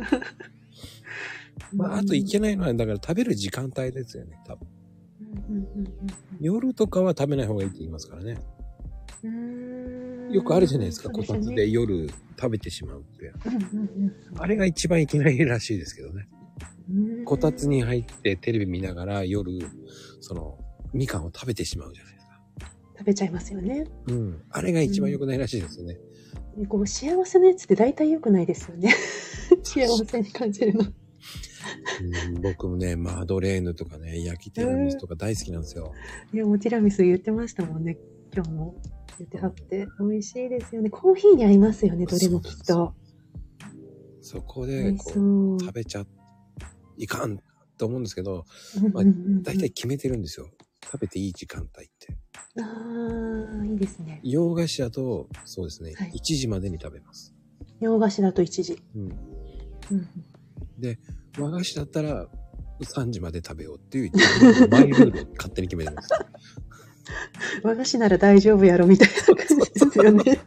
まあ、あといけないのは、だから食べる時間帯ですよね、多分。 うんうんうん夜とかは食べない方がいいって言いますからね。 うんうーんよくあるじゃないですか、こたつそうですよねで夜食べてしまうって。 うんうんあれが一番いけないらしいですけどね。 うんこたつに入ってテレビ見ながら夜、その、みかんを食べてしまうじゃないですか。 食べちゃいますよね。 うん。あれが一番良くないらしいですよね。 でこう幸せなやつって大体良くないですよね。幸せに感じるの。 うん、僕もね、マドレーヌとかね、焼きティラミスとか大好きなんですよ。 いや、もうティラミス言ってましたもんね。今日も言ってはって。美味しいですよね。コーヒーに合いますよね、どれもきっと。 そこ美で、こ、 味しそうう。 食べちゃいかんと思うんですけど、まあうんうんうんうん大体決めてるんですよ。食べていい時間帯って。 ああ、いいですね。 洋菓子だと、そうですね、 はいいちじまでに食べます。 洋菓子だといちじ。 うん。 うん、 で、和菓子だったらさんじまで食べようっていうマイルールを勝手に決めてます。 和菓子なら大丈夫やろみたいな感じですよね。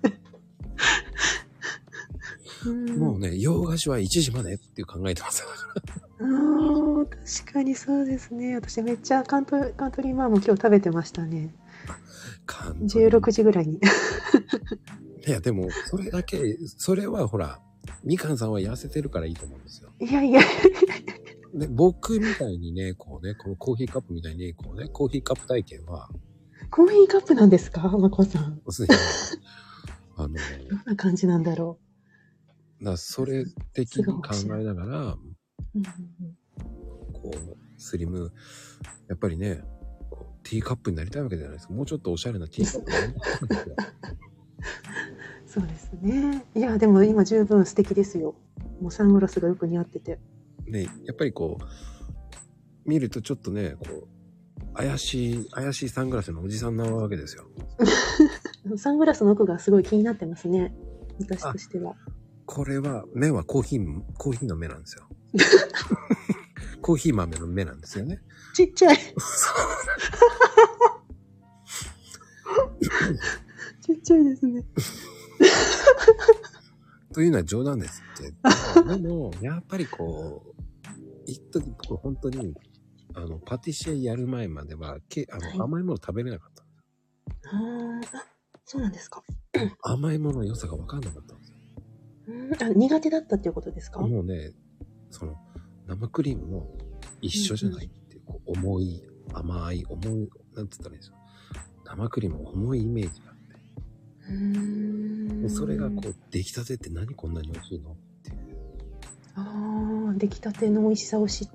もうね、洋菓子はいちじまでっていう考えてますよ。 ああ、確かにそうですね。私めっちゃカントカントリーマーム今日食べてましたね。じゅうろくじぐらいに。 いや、でも、それだけ、それはほら、みかんさんは痩せてるからいいと思うんですよ。 いやいや。 で、僕みたいにね、こうね、このコーヒーカップみたいに、こうね、コーヒーカップ体験は、 コーヒーカップなんですか、まこさん。 あの、 どんな感じなんだろう。だそれ的に考えながら、うんうんうん、こう、スリム、やっぱりね、ティーカップになりたいわけじゃないですか。もうちょっとおしゃれなティーカップになりたいんですよ。 そうですね。いや、でも今十分素敵ですよ。もうサングラスがよく似合ってて。 ね、やっぱりこう、見るとちょっとね、こう、怪しい、怪しいサングラスのおじさんなわけですよ。 サングラスの奥がすごい気になってますね。私としては。 これは、目はコーヒー、コーヒーの目なんですよ。コーヒー豆の目なんですよね。 ちっちゃい。ちっちゃいですね。 というのは冗談ですけど、でも、やっぱりこう、一時僕本当に、あの、パティシエやる前までは、けあの、はい、甘いもの食べれなかったんですよ。あ、そうなんですか。 甘いものの良さが分かんなかったんですよ。 うん、あ、苦手だったっていうことですか？ もうね、その、生クリームも一緒じゃないっていう、こう重い、甘い、重い、なんつったらいいんですよ。生クリーム重いイメージがあって。うーん、それがこう、出来たてって何こんなに美味しいのっていう。 ああ、出来たての美味しさを知って、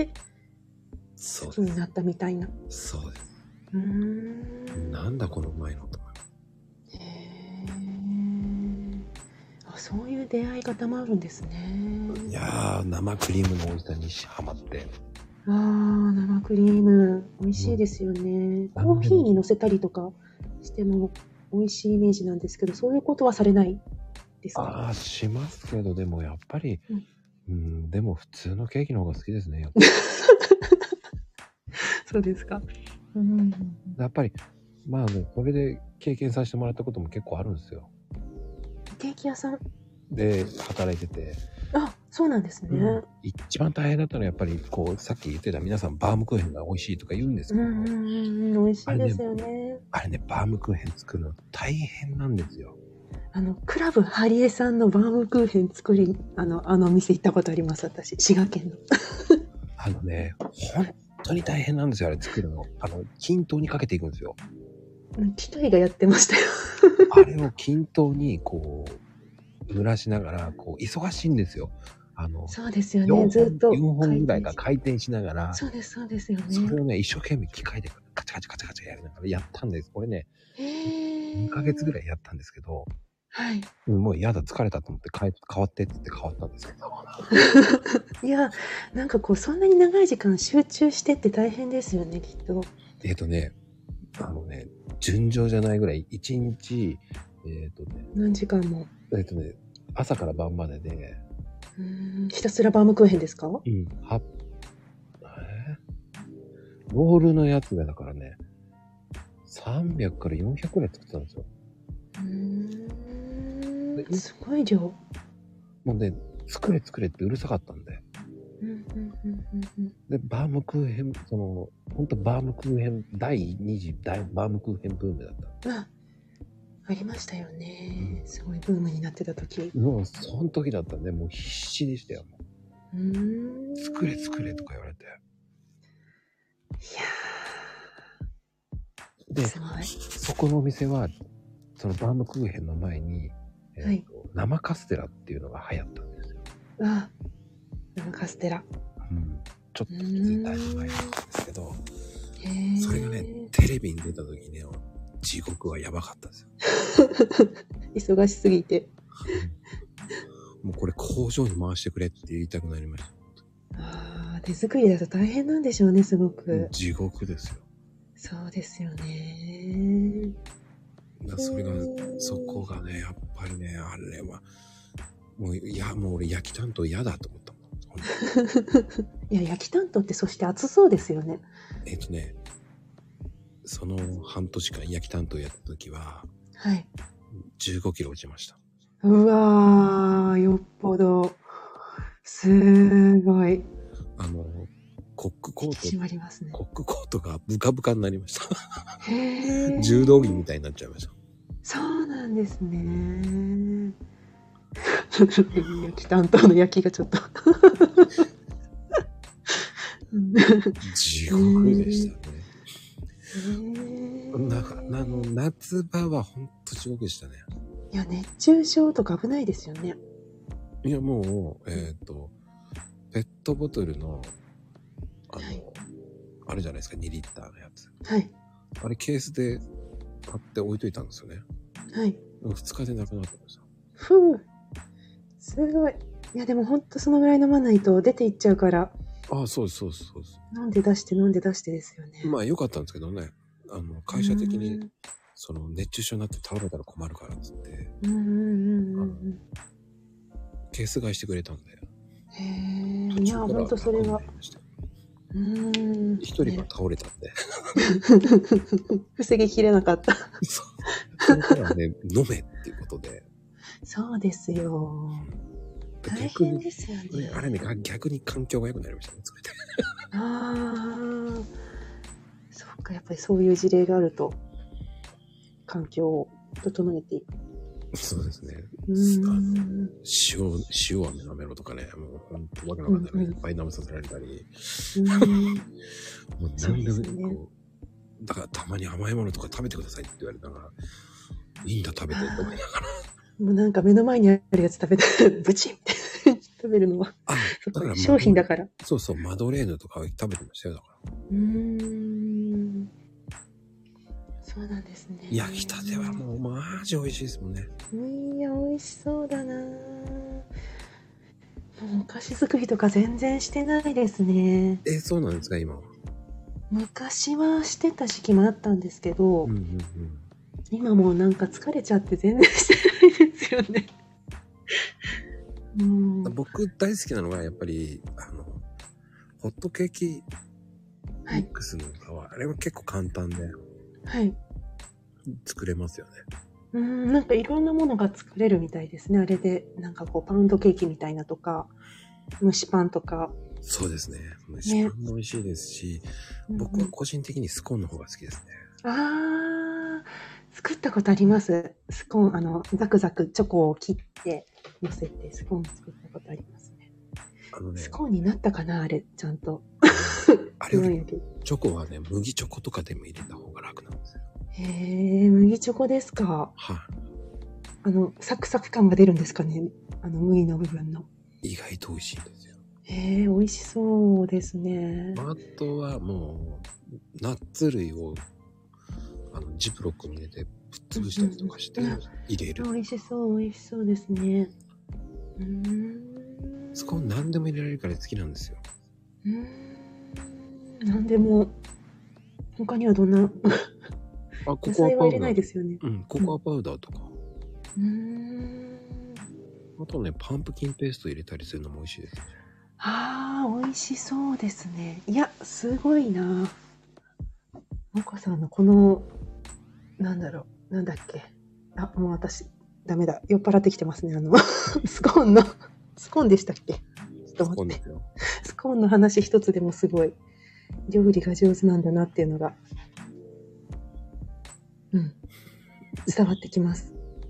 好きになったみたいな。 そうです。 うーん。 なんだこのうまいのと思います。 へー。あ、そういう出会い方もあるんですね。 いやー、生クリームの美味しさにハマって。 あー、生クリーム美味しいですよね、うん、コーヒーに乗せたりとかしても美味しいイメージなんですけど、そういうことはされないですか？ ああ、しますけど、でもやっぱり、うん、うん、でも普通のケーキの方が好きですね。やっぱそうですか。うん、 やっぱり、まあね、これで経験させてもらったことも結構あるんですよ。 ケーキ屋さんで働いてて。 あ、そうなんですね、うん、 一番大変だったのはやっぱりこうさっき言ってた皆さんバームクーヘンが美味しいとか言うんですけど、うんうんうん、美味しいですよね。あれね、 あれね、バームクーヘン作るの大変なんですよ。 あのクラブハリエさんのバームクーヘン作り、あのあの店行ったことあります。私滋賀県のあのね、本当に大変なんですよ、あれ作るの。あの均等にかけていくんですよ。 機械がやってましたよあれを均等にこう濡らしながらこう忙しいんですよ。あのそうですよね、ずっとよんほんぐらいが回転しながら、 そうですそうですよね。 それをね一生懸命機械でカチャカチャカチャカチャやりながらやったんです。これね、にかげつぐらいやったんですけど、はい、もう嫌だ疲れたと思って変え変わってって言って変わったんですけどいやなんかこうそんなに長い時間集中してって大変ですよね、きっと。 えっとねあのね順調じゃないぐらいいちにちえっとね何時間もえっとね朝から晩までで、 うーん、ひたすらバームクーヘンですか？うん、 はえー、ロールのやつがだからねさんびゃくからよんひゃくくらい作ってたんですよ。うーん、すごい量。 もうね作れ作れってうるさかったんで、うんうんうんうん、でバームクーヘンその本当バームクーヘン第二次大バームクーヘンブームだった。 あ、ありましたよね、うん、すごいブームになってた時。 もうその時だったんでもう必死でしたよ。うーん、作れ作れとか言われて、いやーで、そこのお店はそのバームクーヘンの前に、えーとはい、生カステラっていうのが流行ったんですよ。 あ、生カステラ、うん、 ちょっときついタイプ前なんですけど、それがねテレビに出た時ね地獄はやばかったですよ忙しすぎてもうこれ工場に回してくれって言いたくなりました。 ああ、手作りだと大変なんでしょうね、すごく。 地獄ですよ。 そうですよね。 それがそこがねやっぱりねあれはもう、いや、もう俺焼き担当嫌だと思ったもん。 いや、焼き担当ってそして熱そうですよね。 えっとね、その半年間焼き担当やった時は、 はい。 じゅうごキロ落ちました。 うわー、よっぽど。すごい。 あの、コックコート、 締まりますね。 コックコートがブカブカになりました。 へー。 柔道着みたいになっちゃいました。 そうなんですね。焼き担当の焼きがちょっと地獄でしたね。 へー。 なんか、あの、夏場はほんと地獄でしたね。 いや、熱中症とか危ないですよね。 いや、もう、えっと、ペットボトルの、あの、 はい、 あるじゃないですか、にリッターのやつ。 はい。 あれ、ケースで買って置いといたんですよね。 はい。 ふつかでなくなってました。 ふぅ。すごい。いや、でもほんとそのぐらい飲まないと出ていっちゃうから。 ああ、そうです、そうです、そうです。 飲んで出して飲んで出してですよね。 まあ、良かったんですけどね。あの、会社的に、その、熱中症になって倒れたら困るからっつって。 うんうんうんうん。 ケース買いしてくれたんで。 へー。いや、ほんとそれは。うーん。 一人が倒れたんで。 防ぎきれなかった。 そう。それからね、飲めっていうことで。 そうですよ。大変ですよね。 あれね、逆に環境が良くなりましたね、それで。 ああ。そっか、やっぱりそういう事例があると、環境を整えていく。 そうですね。 うーん。 塩、塩飴舐めろとかね、もうほんとわけわかんないからいっぱい舐めさせられたり。 うん、 もう何でも、 ね、 こう、だからたまに甘いものとか食べてくださいって言われたら、いいんだ食べてって思いながら。 もうなんか目の前にあるやつ食べたら、ブチッみたいな食べるのは。あ、だから商品だから。 そうそう、マドレーヌとか食べてましたよ、だから。 うーん。そうなんですね。 焼きたてはもうマジ美味しいですもんね。 いや、美味しそうだな。もうお菓子作りとか全然してないですね。 え、そうなんですか、今は。 昔はしてた時期もあったんですけど、 うんうんうん、 今もうなんか疲れちゃって全然してないですよね。うん、 僕大好きなのがやっぱりあのホットケーキミックスの皮、はい、あれは結構簡単で、はい、作れますよね。 うん、なんかいろんなものが作れるみたいですね。あれでなんかこうパウンドケーキみたいなとか蒸しパンとか。 そうですね。蒸しパンも美味しいですし、ね、僕は個人的にスコーンの方が好きですね。 うん、あー、作ったことあります。スコーン、あのザクザクチョコを切って乗せてスコーン作ったことありますね。あのね、スコーンになったかな、あれちゃんと。 あれよりチョコはね、麦チョコとかでも入れた方が楽なんですよ。 へえ、麦チョコですか。はい。あのサクサク感が出るんですかね。あの麦の部分の。 意外と美味しいんですよ。 へえ、美味しそうですね。 あとはもうナッツ類をあのジップロックに入れてぶっ潰したりとかして入れる。 美味しそう、美味しそうですね。うーん。 スコーン何でも入れられるから好きなんですよ。 うーん。何でも。他にはどんなあ、ココアパウダー。 野菜は入れないですよね。 うん、ココアパウダーとか。 うーん。 あとね、パンプキンペースト入れたりするのも美味しいです。 ああ、美味しそうですね。いや、すごいな。もこさんのこの、なんだろう、なんだっけ。あ、もう私、ダメだ。酔っ払ってきてますね。あの、スコーンの、スコーンでしたっけ？ちょっと待って。スコーンの話一つでもすごい、料理が上手なんだなっていうのが、うん、伝わってきます。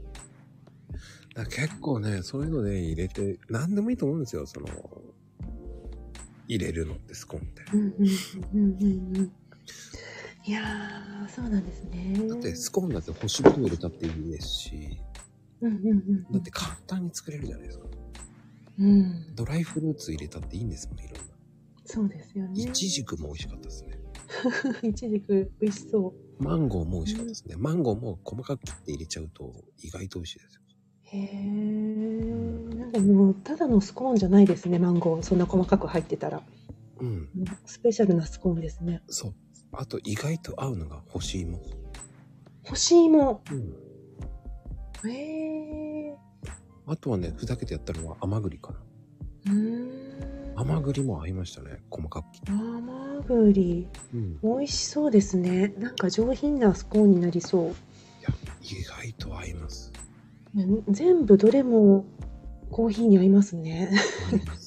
結構ね、そういうので入れて、何でもいいと思うんですよ、その、入れるのってスコーンって。うんうんうんうんうん。いやー、そうなんですね。 だってスコーンだって干しぶどう入れたっていいですし、 うんうんうん、 だって簡単に作れるじゃないですか。 うん。 ドライフルーツ入れたっていいんですもん、いろんな。 そうですよね。 イチジクも美味しかったですね。 イチジク美味しそう。 マンゴーも美味しかったですね。うん、マンゴーも細かく切って入れちゃうと意外と美味しいですよ。 へー。なんかもうただのスコーンじゃないですね、マンゴー。そんな細かく入ってたら。うん。スペシャルなスコーンですね。 そう。あと意外と合うのが干し芋。 干し芋。 うん。 へー。 あとはね、ふざけてやったのは甘栗かな。 うーん。 甘栗も合いましたね、細かく切って。 甘栗。 うん。 美味しそうですね。なんか上品なスコーンになりそう。 いや、意外と合います。 全部どれもコーヒーに合いますね。 合います。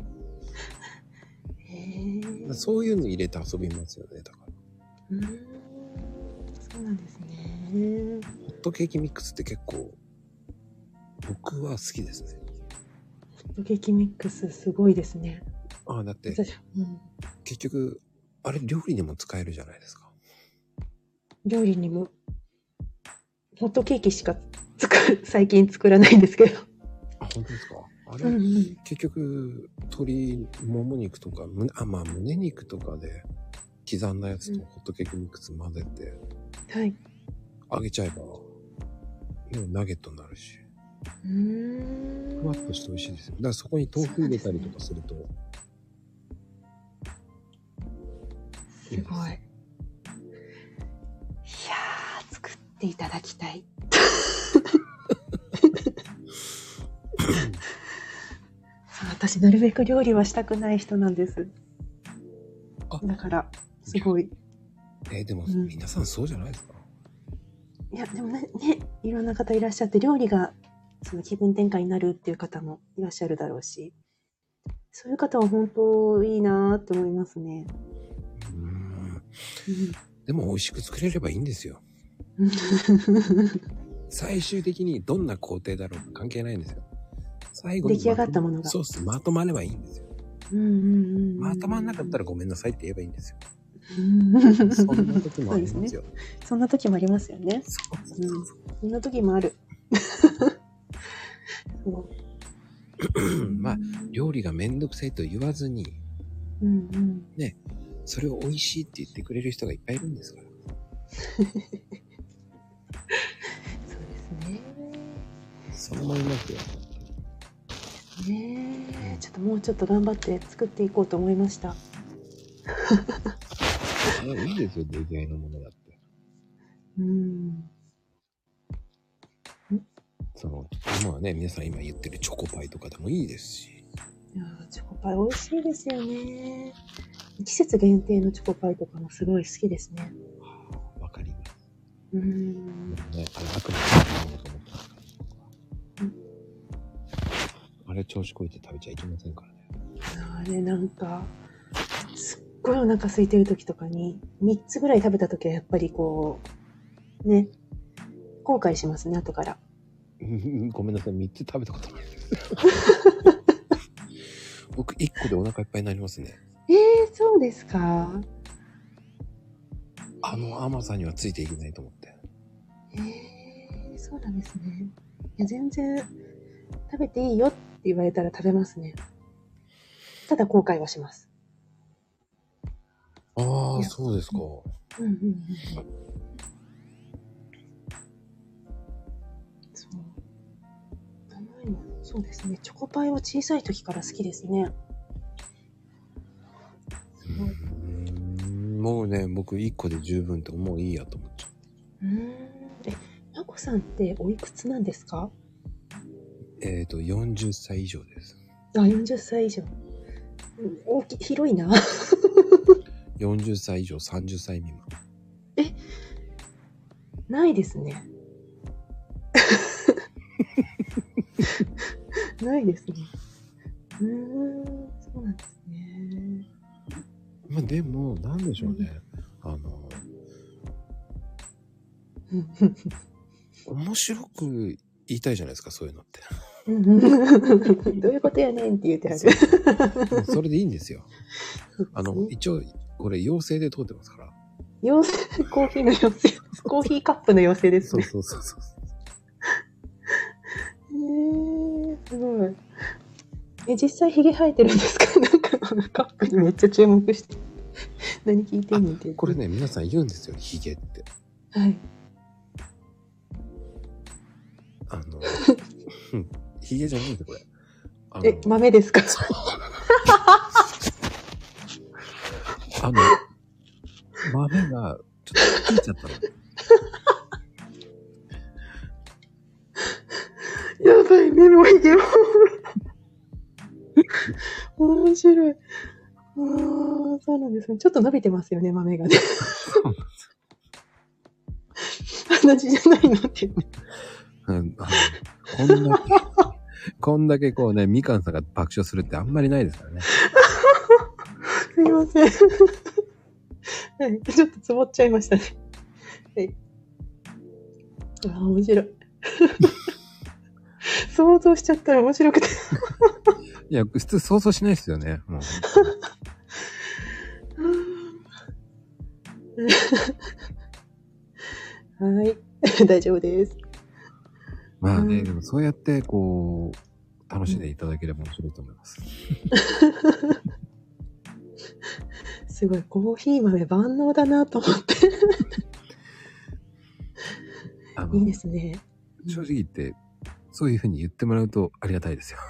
へえ。 そういうの入れて遊びますよね、だから。 うーん。そうなんですね。 ホットケーキミックスって結構、僕は好きですね。 ホットケーキミックスすごいですね。 ああ、だって、 うん、 結局、あれ料理にも使えるじゃないですか。 料理にも。ホットケーキしか作る、最近作らないんですけど。 あ、本当ですか。あれ、 うんうん、 結局、鶏もも肉とか、むあ、まあ、胸肉とかで刻んだやつとホットケーキミックス混ぜて、 はい。 揚げちゃえば、もうナゲットになるし。 うーん。 ふわっとして美味しいですよ。だからそこに豆腐入れたりとかすると。 すごい。いやー、作っていただきたい。私、なるべく料理はしたくない人なんです。だから、すごい。 えー、でも、うん、皆さんそうじゃないですか？ いや、でもね、ね、いろんな方いらっしゃって、料理がその気分転換になるっていう方もいらっしゃるだろうし、そういう方は本当いいなーって思いますね。 うーん、うん、でも美味しく作れればいいんですよ。最終的にどんな工程だろうか関係ないんですよ。最後に出来上がったものが。 そうっす。まとまればいいんですよ。 うんうんうん、 まとまんなかったらごめんなさいって言えばいいんですよ。 そんな時もありますよ。 ね、そんな時もありますよね。 そうそうそう、 うん、そんな時もある。 そうまあ料理がめんどくさいと言わずに、 うんうん、 ね、それを美味しいって言ってくれる人がいっぱいいるんですから。 そうですね。 そう思いますよ。 ねえ、ちょっともうちょっと頑張って作っていこうと思いました。 あ、いいですよ、出来合いのものだって。 うん。 その今はね、皆さん今言ってるチョコパイとかでもいいですし。 いやチョコパイ美味しいですよね。季節限定のチョコパイとかもすごい好きですね。 わかります。 うん。 ね、あれ悪魔のものと思ってますから、うん。あれ調子こいて食べちゃいけませんからね。 あれなんかすっごいお腹空いてる時とかにみっつぐらい食べた時はやっぱりこうね後悔しますね後から。 ごめんなさい、みっつ食べたことないです。僕いっこでお腹いっぱいになりますね。 えー、そうですか？ あの甘さにはついていけないと思って。 えー、そうなんですね。いや全然食べていいよって言われたら食べますね。ただ後悔はします。 ああ、そうですか。 うんうんうんうん。そう。甘いの、そうですね。チョコパイは小さい時から好きですね。 うーん、もうね、僕いっこで十分ってもういいやと思っちゃう。 うーん。え、まこさんっておいくつなんですか？ えっと、よんじゅっさい以上です。 あ、よんじゅっさい以上。大きい、広いな。 よんじゅっさい以上、さんじゅっさい未満。 え、ないですね。ないですね。うーん、そうなんですね。 まあでも、なんでしょうね。うん、あの、面白く言いたいじゃないですか、そういうのって。 どういうことやねんって言ってはる。 そ, それでいいんですよ。あの、一応、これ、妖精で通ってますから。 妖精、コーヒーの妖精。コーヒーカップの妖精ですね。 そうそうそうそう。 えー、すごい。え、実際ヒゲ生えてるんですか？なんか、カップにめっちゃ注目して。何聞いてんのって。 これね、皆さん言うんですよ、ヒゲって。 はい。 あの、ヒゲじゃないんですよ、これ。 あのえ、豆ですか？ あの、豆がちょっとついちゃったの。 やばい、メモ。 面白い。ああ、そうなんですね。ちょっと伸びてますよね、豆がね。 そうなんですよ。 同じじゃないのっていう。 うん、あのこんだけ、こんだけこうね、みかんさんが爆笑するってあんまりないですからね。 すいません。はい、ちょっとつぼっちゃいましたね。はい。ああ、面白い。想像しちゃったら面白くて。 いや、普通想像しないですよね。もう。 はい。大丈夫です。 まあね、 うん、 でもそうやってこう、楽しんでいただければ面白いと思います。 すごい、コーヒー豆万能だなと思って。 あのいいですね。 正直言って、そういう風に言ってもらうとありがたいですよ。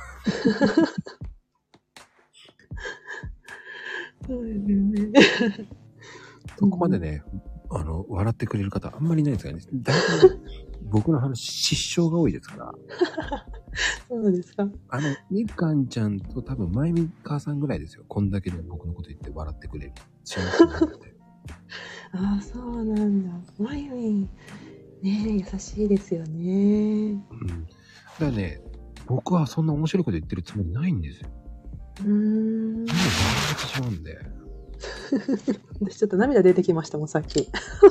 そうですよね。 そこまでね、あの、笑ってくれる方あんまりいないですからね。大体僕の話、失笑が多いですから。 そうなんですか。 あの、みかんちゃんと多分、まゆみ母さんぐらいですよ。こんだけで僕のこと言って笑ってくれる。 ああ、そうなんだ。まゆみん、ねえ、優しいですよね。 うん。だからね、僕はそんな面白いこと言ってるつもりないんですよ。 うーん。 もう笑ってしまうんで。 私ちょっと涙出てきましたもん、さっき。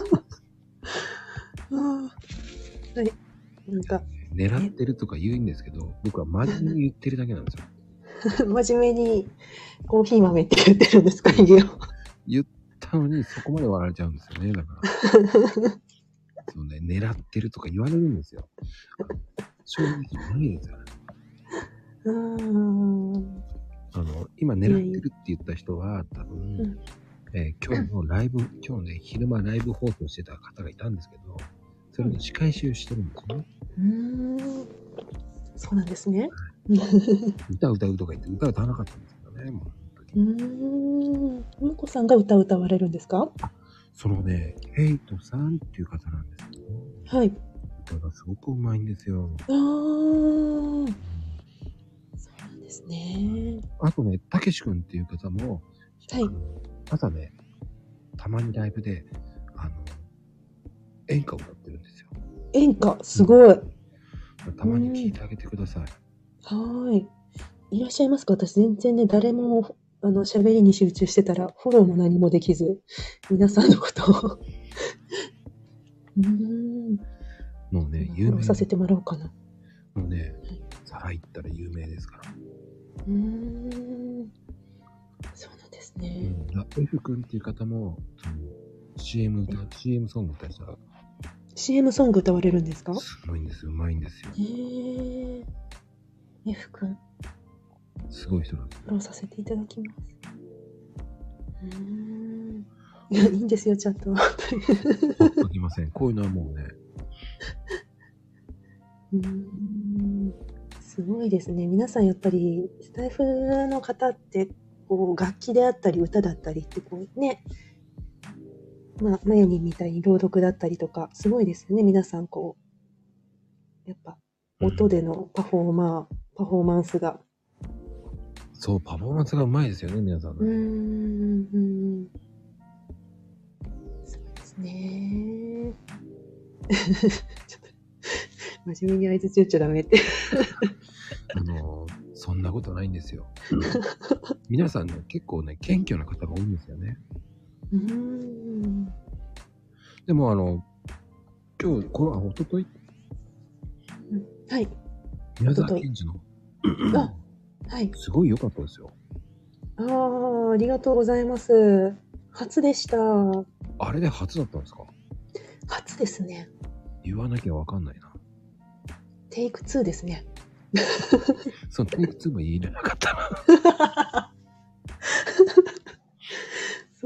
ああ、はい。なんか、 狙ってるとか言うんですけど、僕は真面目に言ってるだけなんですよ。 真面目にコーヒー豆って言ってるんですか、家を。 言ったのにそこまで笑われちゃうんですよね。だから。そうね、狙ってるとか言われるんですよ。正直ないですよね。 あーあの、今狙ってるって言った人は多分、 うんえー今日のライブ、今日ね、昼間ライブ放送してた方がいたんですけど、それの仕返しをしてるんですよね。 うーん、そうなんですね。 歌歌うとか言って歌歌わなかったんですけどね、もう本当うに。 ーん、むこさんが歌歌われるんですか？ そのね、ヘイトさんっていう方なんですけど、 はい。 歌がすごくうまいんですよ。 ああ、そうなんですね。 あとね、たけし君っていう方も、 はい。 あの朝ね、たまにライブで、あの、演歌を歌ってるんですよ。 演歌、すごい。 たまに聞いてあげてください。 はーい。いらっしゃいますか？私全然ね、誰も、あの、喋りに集中してたら、フォローも何もできず、皆さんのことを。うーん。 もうね、 フ有名ォローさせてもらおうかな。 もうね、さら行ったら有名ですから。 うーん。そうなんですうね。 ん。ラ F 君っていう方も、その シーエム 歌、シーエム ソング歌したら、 シーエム ソング歌われるんですか？ すごいんですよ。うまいんですよ。 へー。F 君、 すごい人なんです。 フォローさせていただきます。うーん。いや、いいんですよ、ちゃんと。 ほっときません。こういうのはもうね、 うーん。すごいですね。皆さんやっぱり、スタイフの方って、こう、楽器であったり、歌だったりって、こうね、まあ、まゆみんみたいに朗読だったりとか、すごいですよね。皆さん、こう、やっぱ、音でのパフォーマー、パフォーマンスが。 そう、パフォーマンスがうまいですよね、皆さんうーね。 ん、うーん。そうですね。ちょっと、真面目に相槌打っちゃダメって。 あの、そんなことないんですよ。皆さんね、結構ね、謙虚な方が多いんですよね。 うーん。 でもあの、今日、この、あ、おととい、 うんはい。 宮沢賢治の、 あ、はい。 すごい良かったですよ。 ああ、ありがとうございます。初でした。 あれで初だったんですか？ 初ですね。 言わなきゃわかんないな。 テイクツーですね。 そのテイクツーも言えなかったな。 そう。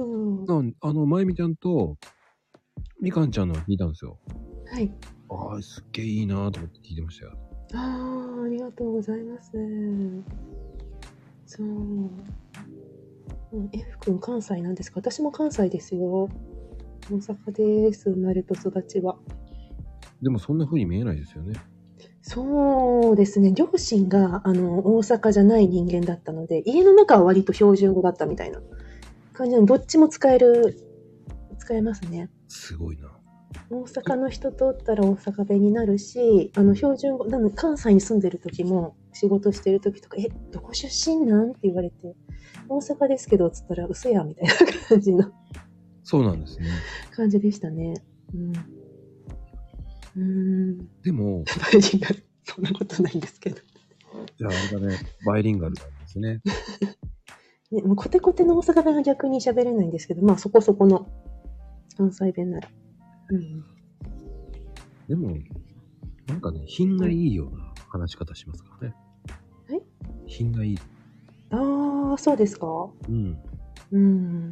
なんあの、まゆみちゃんと、みかんちゃんのは聞いたんですよ。 はい。 ああ、すっげえいいなーと思って聞いてましたよ。 ああ、ありがとうございます。そう。うん、F 君関西なんですか？私も関西ですよ。大阪です。生まれと育ちは。 でもそんな風に見えないですよね。 そうですね。両親が、あの、大阪じゃない人間だったので、家の中は割と標準語だったみたいな感じで、どっちも使える、使えますね。 すごいな。 大阪の人とおったら大阪弁になるし、あの、標準語、なので関西に住んでる時も、仕事してる時とか、え、どこ出身なんって言われて、大阪ですけど、つったら、嘘や、みたいな感じのそうなんですね。 感じでしたね。うん。うーん。 でも、 バイリンガル、そんなことないんですけど。 じゃああれだね、バイリンガルなんですね。 ね、もうコテコテの大阪弁は逆に喋れないんですけど、まあそこそこの関西弁なら。うん。 でも、なんかね、品がいいような話し方しますからね。 はい？ 品がいい。 ああ、そうですか？ うん。 うん。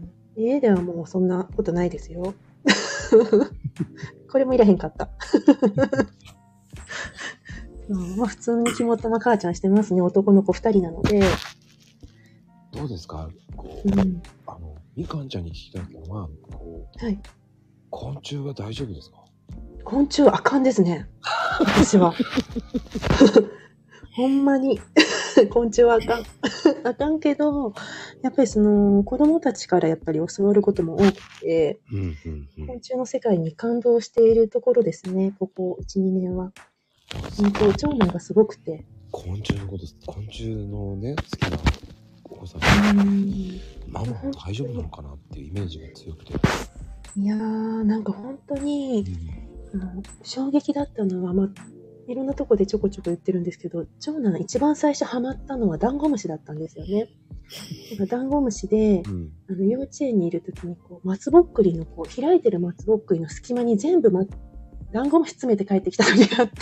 家ではもうそんなことないですよ。これもいらへんかった。うん、まあ普通に肝っ玉母ちゃんしてますね。男の子二人なので。 どうですかこう、 うん、 あの、みかんちゃんに聞きたいのは、こう、 はい。 昆虫は大丈夫ですか？ 昆虫あかんですね。私は。ほんまに。昆虫はあかん。あかんけど、やっぱりその子供たちからやっぱり教わることも多くて、 うんうんうん。 昆虫の世界に感動しているところですね。ここいち、にねんは。本当、長男がすごくて。 昆虫のこと、昆虫のね、好きなお子さん、 うーん。 ママは大丈夫なのかなっていうイメージが強くて。 いやー、なんか本当に、あの衝撃だったのは、まあ、いろんなとこでちょこちょこ言ってるんですけど、長男一番最初ハマったのはダンゴムシだったんですよね。なんかダンゴムシで、 うん。 あの幼稚園にいるときにこう松ぼっくりのこう開いてる松ぼっくりの隙間に全部、ま、ダンゴムシ詰めて帰ってきた時があって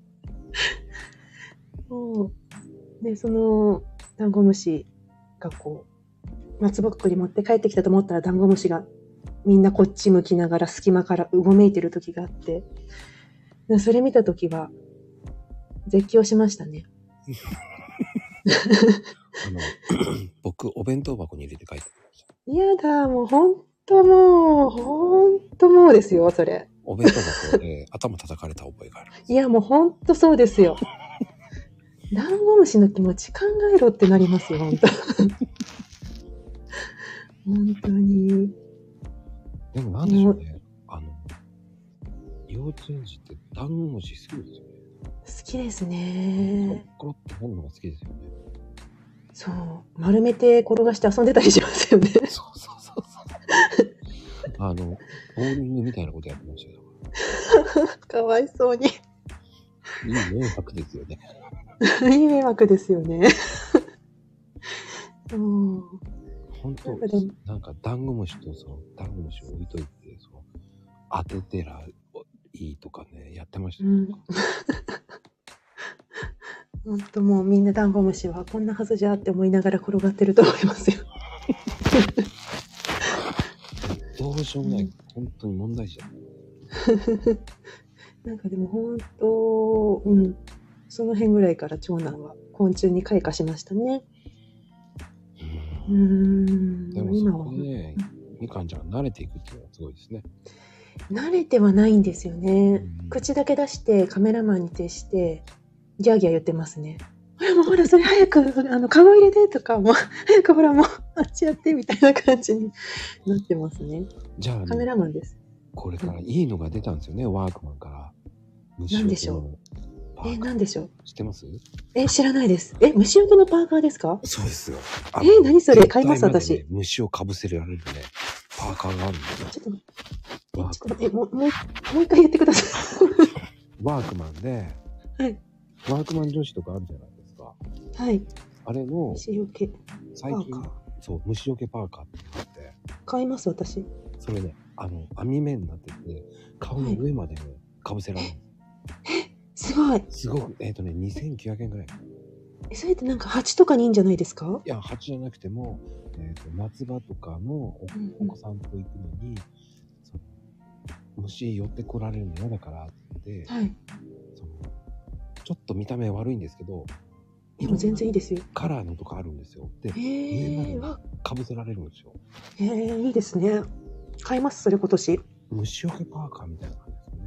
そうでそのダンゴムシがこう松ぼっくり持って帰ってきたと思ったらダンゴムシがみんなこっち向きながら隙間からうごめいてる時があって、でそれ見た時は絶叫しましたね。 あの僕お弁当箱に入れて帰ってきました。 いやだ、もうほんともう、ほんともうですよ、それ。 お弁当箱で頭叩かれた覚えがあるんです。 いやもうほんとそうですよ。ダンゴムシの気持ち考えろってなりますよ、ほんと。本当に。 でもなんでしょうね。あの、幼稚園児ってダンゴムシ好きですよね。 好きですね。 コロッと掘るのが好きですよね。 そう。丸めて転がして遊んでたりしますよね。 そうそうそうそう。あの、ボーリングみたいなことやってましたよ。 かわいそうに。 いい迷惑ですよね。 いい迷惑ですよね。うん。 本当なんかでもなんかダンゴムシとそのダンゴムシを置いといて、その当ててらいいとかね、やってましたよ。 うん。本当もうみんなダンゴムシはこんなはずじゃって思いながら転がってると思いますよ。 どうしようもない、うん、本当に問題児だね。 なんかでも本当、うん、その辺ぐらいから長男は昆虫に開花しましたね。うーん。 でも今はね、みかんちゃん慣れていくっていうのはすごいですね。 慣れてはないんですよね。口だけ出してカメラマンに徹してギャーギャー言ってますね。ほらもうほらそれ早くあのカゴ入れてとかもう早くほらもうあっちやってみたいな感じになってますね。 じゃあ、ね、 カメラマンです。 これからいいのが出たんですよね、うん、ワークマンから。 何でしょう。え、何でしょう。 知ってます？ え、知らないです。え、虫音のパーカーですか？ そうですよ。 え、何それ買います私、 ね。虫をかぶせられるね、パーカーがあるんですよ。 ちょっと、え、ちょっと待って、もう、もう、もう一回言ってください。 ワークマンで、 はい。 ワークマン女子とかあるじゃないですか。 はい。 あれの、 虫よけ最近、そう、虫よけパーカーってあって。 買います、私。 それね、あの、網目になってて、顔の上までね、はい、かぶせられる。 え、すごい。 すごく、えっとね、にせんきゅうひゃくえんぐらい。 え、それってなんか蜂とかにいいんじゃないですか？ いや、蜂じゃなくても、えっと、夏場とかのお、お子さんと行くのに、その虫寄ってこられるの嫌だからって言って、はい、そのちょっと見た目悪いんですけど、 でも全然いいですよ。 カラーのとかあるんですよ。で、 上までかぶせられるんですよ。 へえ、いいですね。買います、それ今年。 虫よけパーカーみたいな感じですよね。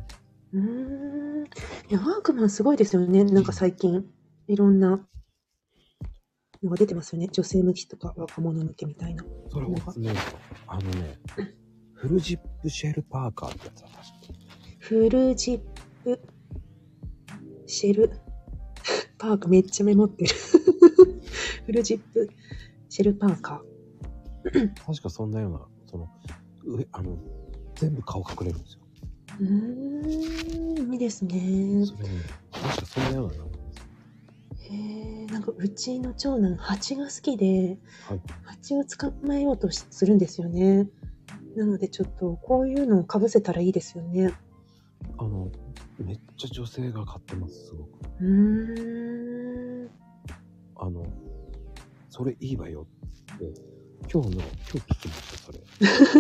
うーん。いや、ワークマンすごいですよね。なんか最近、いろんなのが出てますよね。女性向きとか若者向けみたいな。 それおすすめですよ。あのね、フルジップシェルパーカーってやつだった。 フルジップシェルパーカーめっちゃメモってる。フルジップシェルパーカー。確かそんなような、その、上、あの、全部顔隠れるんですよ。 うーん、いいですね。 それね、確かそんなようなの。 へえ、なんかうちの長男、蜂が好きで、 はい、 蜂を捕まえようとするんですよね。なのでちょっとこういうのを被せたらいいですよね。 あの、めっちゃ女性が買ってます、すごく。 うーん。 あの、それいいわよって、今日の、今日聞きました、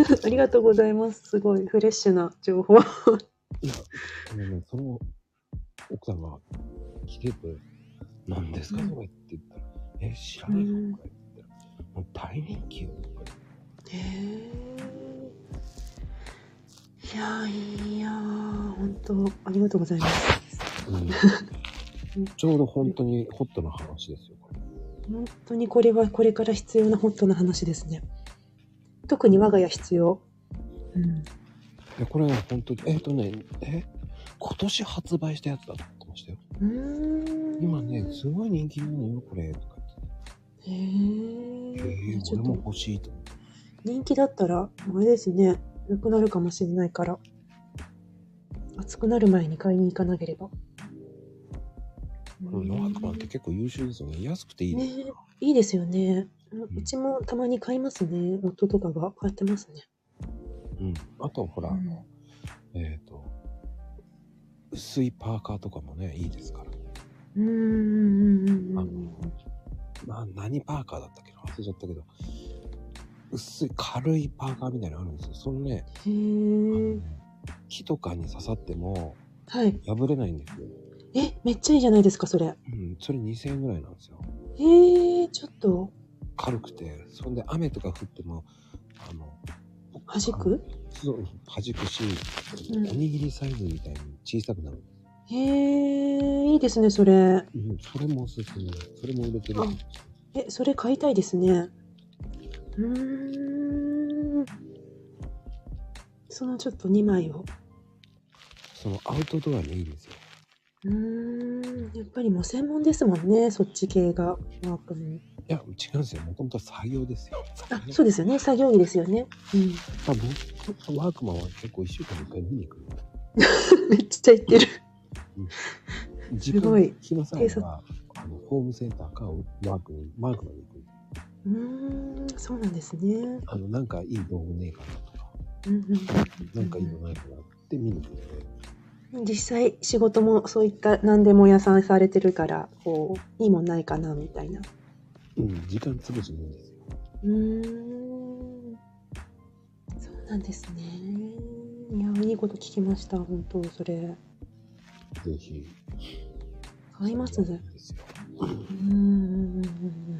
それ。 ありがとうございます。すごいフレッシュな情報。 いや、あのね、その奥さんが来てて、何ですか、 うん、 それって言ったら、え、知らないのとか言ったら、もう大人気よ、とかへえ。いやー、いやー、本当ありがとうございます。 うん、ちょうど本当にホットな話ですよ、これ。 本当にこれはこれから必要なホットな話ですね。特に我が家必要。うん。 でこれは本当に、えっ、ー、とね、え、今年発売したやつだと思ってましたよ。 うーん。 今ね、すごい人気なのよ、これ、とかへ言って。 え。 へえ、俺も欲しいと思って。 人気だったら、あれですね、なくなるかもしれないから、暑くなる前に買いに行かなければ。 このノアクマンって結構優秀ですよね。安くていいですよ。 ね、いいですよね。 うん、 うちもたまに買いますね。夫とかが買ってますね。 うん。あと、ほら、 うん、 えっ、ー、と、薄いパーカーとかもね、いいですから。 うーん。 あの、まあ、何パーカーだったっけな、忘れちゃったけど、薄い軽いパーカーみたいなのあるんですよ。そのね、 へー、 ね、木とかに刺さっても、 はい。 破れないんですよ。 え、めっちゃいいじゃないですか、それ。 うん、それにせんえんぐらいなんですよ。 へー、ちょっと。 軽くて、そんで雨とか降っても、あの、 弾く？ そう、弾くし、 うん、 おにぎりサイズみたいに小さくなる。 へー、いいですね、それ。 うん、それもおすすめ。それも売れてる。 え、それ買いたいですね。うーん。そのちょっとにまいを。 そのアウトドアにいいですよ。 うーん。やっぱりもう専門ですもんね、そっち系が。ワークに。 いや、違うんですよ。もともと作業ですよ。 あ、そうですよね。作業着ですよね。うん。 まあ、僕、ワークマンは結構いっしゅうかんにいっかい見に行く。 めっちゃ言ってる。 うん、 すごい。 時の際は、あの、ホームセンターかワークに、ワークマンに行く。 うーん、そうなんですね。 あの、なんかいい道具ねえかなとか、 うんうんうんうん、 なんかいいのないかなって見に行くので。 実際仕事もそういった何でも屋さんされてるから、こう、いいもんないかなみたいな。 うん、時間潰しにいいんですよ。 うーん。そうなんですね。いや、いいこと聞きました。本当それ。 ぜひ。 買いますね。うーんうんうんうん。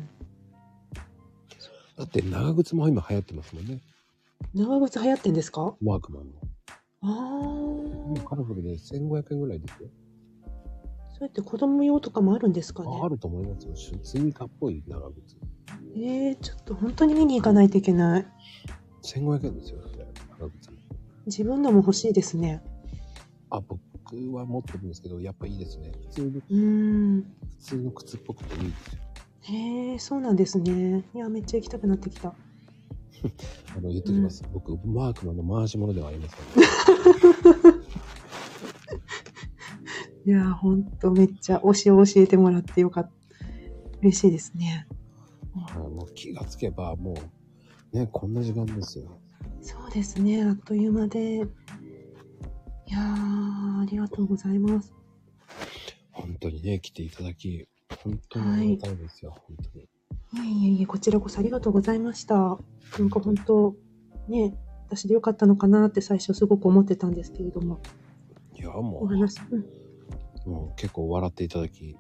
だって長靴も今流行ってますもんね。 長靴流行ってんですか？ ワークマンの。 ああ。 カラフルでせんごひゃくえんぐらいですよ。 それって子供用とかもあるんですかね？ あると思いますよ。スニーカーっぽい長靴。 ええー、ちょっと本当に見に行かないといけない。 せんごひゃくえんですよ、それ。長靴。 自分のも欲しいですね。 あ、僕は持ってるんですけど、やっぱいいですね。普通の、 うーん。 普通の靴っぽくていいですよ。 へえ、そうなんですね。いや、めっちゃ行きたくなってきた。 あの、言っときます。うん、僕、マークマンの回し物ではありません。 いや、ほんとめっちゃ推しを教えてもらってよかった。嬉しいですね。 はい、もう気がつけば、もう、ね、こんな時間ですよ。 そうですね、あっという間で。いやー、ありがとうございます。 本当にね、来ていただき、本当にありがたいですよ、はい、本当に。 いえいえいえ、こちらこそありがとうございました。なんか本当、ね、私でよかったのかなって最初すごく思ってたんですけれども。 いや、もう、 お話、うん、 もう結構笑っていただき。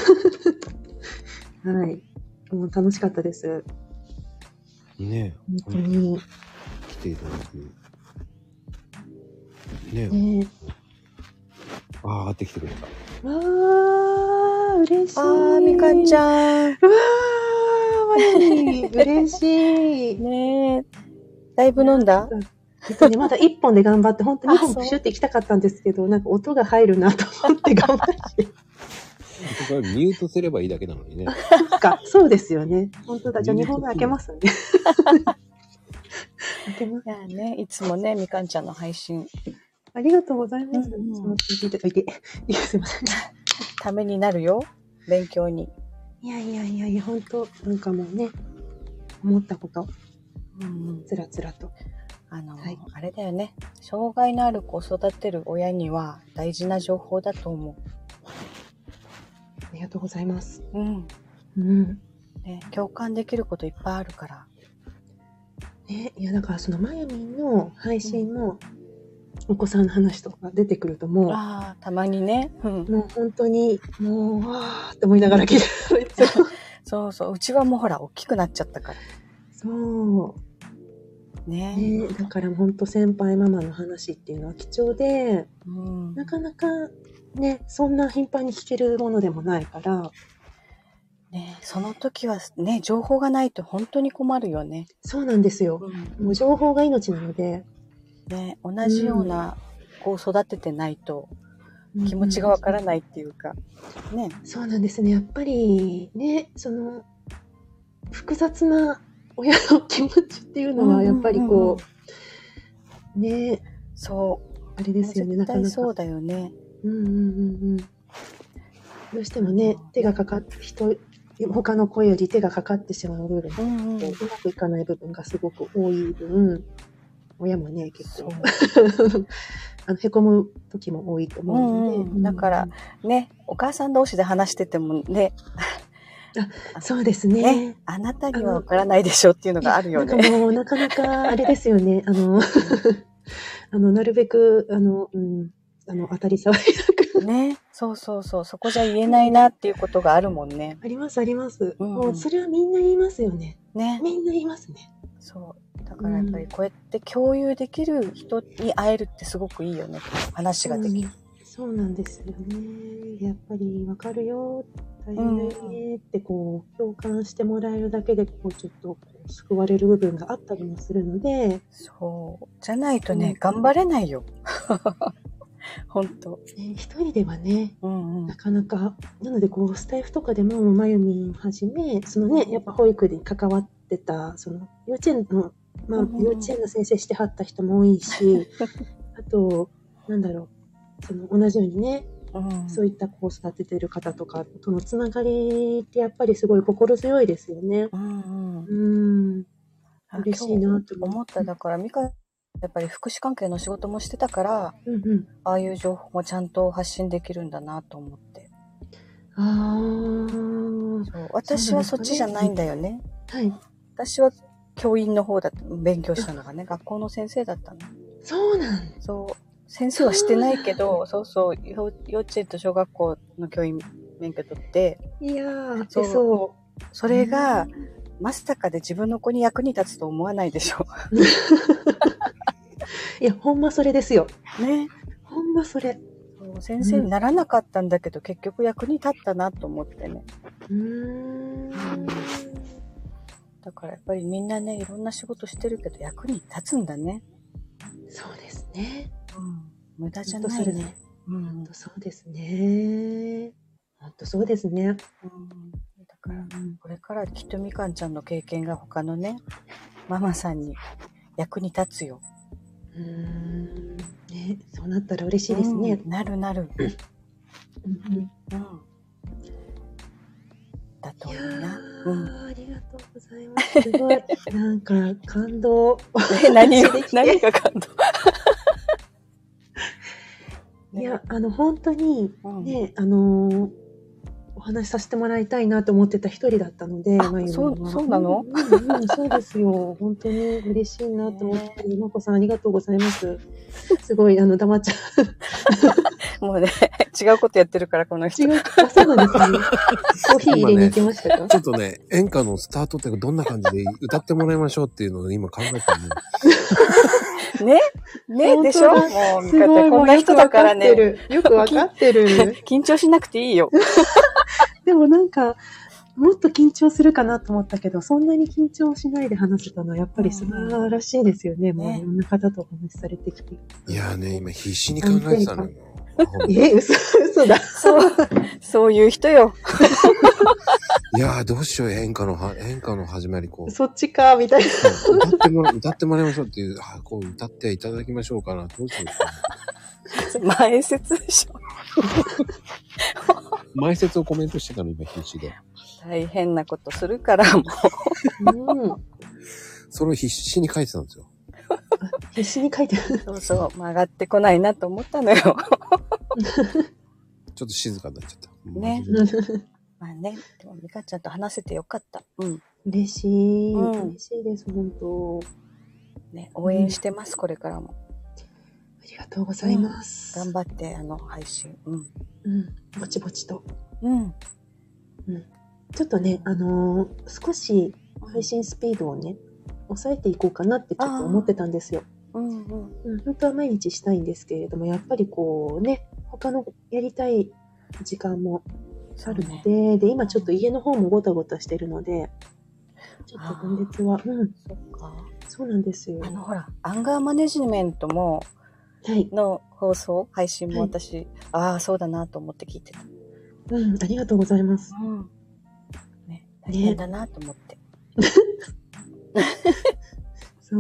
はい。もう楽しかったです。 ねえ。本当に。 来ていただき。ねえ。 ねああ、上がってきてくれた。 わー、嬉しい。 あー、みかんちゃん。 うわー、マジ嬉しい。 ねえ。だいぶ飲んだ？ えっとね、まだいっぽんで頑張って、本当ににほんプシュっていきたかったんですけど、なんか音が入るなと思って頑張って。 それミュートすればいいだけなのにね。 そっか、そうですよね。本当だ。じゃあにほんめ開けますね。開けます。 いやね、いつもね、みかんちゃんの配信。 ありがとうございます。 うんうん、 その聞いていただいて。いや、すいません。 ためになるよ。勉強に。 いやいやいやいや、本当なんかもうね、思ったこと、うんうん、つらつらと。 あの、 はい、 あれだよね。障害のある子を育てる親には大事な情報だと思う。 ありがとうございます。 うん。 うん。 ね、共感できることいっぱいあるから。 ね、いやだからそのまゆみんの配信も、お子さんの話とか出てくるともう、 ああ、たまにね。うん、 もう本当に、もう、わーって思いながら聞いてる。 そうそう。うちはもうほら、大きくなっちゃったから。 そう。 ね。 ね、だから本当先輩ママの話っていうのは貴重で、 うん、 なかなかね、そんな頻繁に聞けるものでもないから。 ね、その時はね、情報がないと本当に困るよね。 そうなんですよ。うん、もう情報が命なので。 ね、同じような子を育ててないと気持ちがわからないっていうか、うんうん、ね。 そうなんですね。やっぱりね、その複雑な親の気持ちっていうのはやっぱりこう、うんうんうん、ね、 そうあれですよね。 絶対そうだよね。 うんうんうんうん。どうしてもね、手がかかって人他の子より手がかかってしまう部分、うんうん、うまくいかない部分がすごく多い分、親もね結構あのへこむ時も多いと思うので、 うんうん、だからね、お母さん同士で話しててもね、 あ、そうですね。 ね、あなたにはわからないでしょっていうのがあるよね。 なんかもうなかなかあれですよね。あのあのなるべくあの、うん、あの当たり障りなくね、そうそうそう、そこじゃ言えないなっていうことがあるもんね。 ありますあります、うん、もうそれはみんな言いますよね。 ね、 みんな言いますね。 そう。だからやっぱりこうやって共有できる人に会えるってすごくいいよね。話ができる。 うん、そうなんですよね。やっぱりわかるよ、大変だよねってこう、うん、共感してもらえるだけでこうちょっとこう救われる部分があったりもするので。 そう。じゃないとね、うん、頑張れないよ。本当。 ね、一人ではね、 うんうん、 なかなか。なのでこうスタイフとかでもまゆみんはじめ、そのね、やっぱ保育に関わってたその幼稚園のまあ、幼稚園の先生してはった人も多いし、あと、なんだろう、その同じようにね、うん、そういった子を育ててる方とかとのつながりってやっぱりすごい心強いですよね。うん、うん、嬉しいなと思った。だから、ミカやっぱり福祉関係の仕事もしてたから、 うんうん、 ああいう情報もちゃんと発信できるんだなと思って。 あそう、私はそっちじゃないんだよね。 はい。 私は教員の方だった勉強したのがね、学校の先生だったの。 そうなんそう。先生はしてないけど、そうそう、幼稚園と小学校の教員免許取って。 いやー、そう。そう。 それが、まさかで自分の子に役に立つと思わないでしょ。 いや、ほんまそれですよ。 ね。 ほんまそれ。 そう先生にならなかったんだけど、うん、結局役に立ったなと思ってね。 うーん。 だからやっぱりみんなね、いろんな仕事してるけど役に立つんだね。 そうですね。 うん、無駄じゃないね。 うん、そうですね。本当そうですね。うん、 だから、これからきっとみかんちゃんの経験が他のね、ママさんに役に立つよ。 うーん、ね、そうなったら嬉しいですね。 うん、なるなる。 うんうんうんだといいな。 うん、ありがとうございます。すごい。なんか感動。 え、何が何が感動いや、あの本当にね、うん、あのお話しさせてもらいたいなと思ってた一人だったので、 あ、そう、そうなの？ うんうん、そうですよ。本当に嬉しいなと思って、まこさんありがとうございます。すごいあの黙っちゃう。もうね、違うことやってるからこの人。 違う、あ、そうなんですね。コーヒー入れに行きましたか？ ね、ちょっとね、演歌のスタートってどんな感じで歌ってもらいましょうっていうのを今考えてるねね本当だでしょもう、 すごい、 こんな人だからね。 よくわかってる。よくわかってる。 緊張しなくていいよ。 でもなんか、もっと緊張するかなと思ったけど、そんなに緊張しないで話せたのはやっぱり素晴らしいですよね。もういろんな方とお話しされてきて。 いやーね、今必死に考えてたのよ。 え、嘘、嘘だ。 そう、そういう人よ。 いやーどうしよう、演歌のは、演歌の始まりこう。 そっちか、みたいな。 歌ってもら、歌ってもらいましょうっていう、あ、こう歌っていただきましょうかな。どうしようかな。 前説でしょ。 前説をコメントしてたの、今必死で。 大変なことするからもう。うん。 それを必死に書いてたんですよ。 必死に書いてる。 そうそう、曲がってこないなと思ったのよ。 ちょっと静かになっちゃった。 ね。まあね、でもみかちゃんと話せてよかった。うん。 嬉しい。 うん嬉しいです、本当。 ね、応援してます、これからも。 ありがとうございます。 頑張って、あの、配信。うん。 うん。ぼちぼちと。 うん。 うん。ちょっとね、あのー少し配信スピードをね、抑えていこうかなってちょっと思ってたんですよ。 うんうん。 うん、本当は毎日したいんですけれども、やっぱりこうね、他のやりたい時間もあるので、ね、で、今ちょっと家の方もゴタゴタしてるので、ちょっと今月は、うん。 そっか。 そうなんですよ。 あの、ほら、アンガーマネジメントも、 はい。 の放送、配信も私、はい、ああ、そうだなと思って聞いてた。 うん、ありがとうございます。 うん。ね、大変だなと思って。ね、 そう。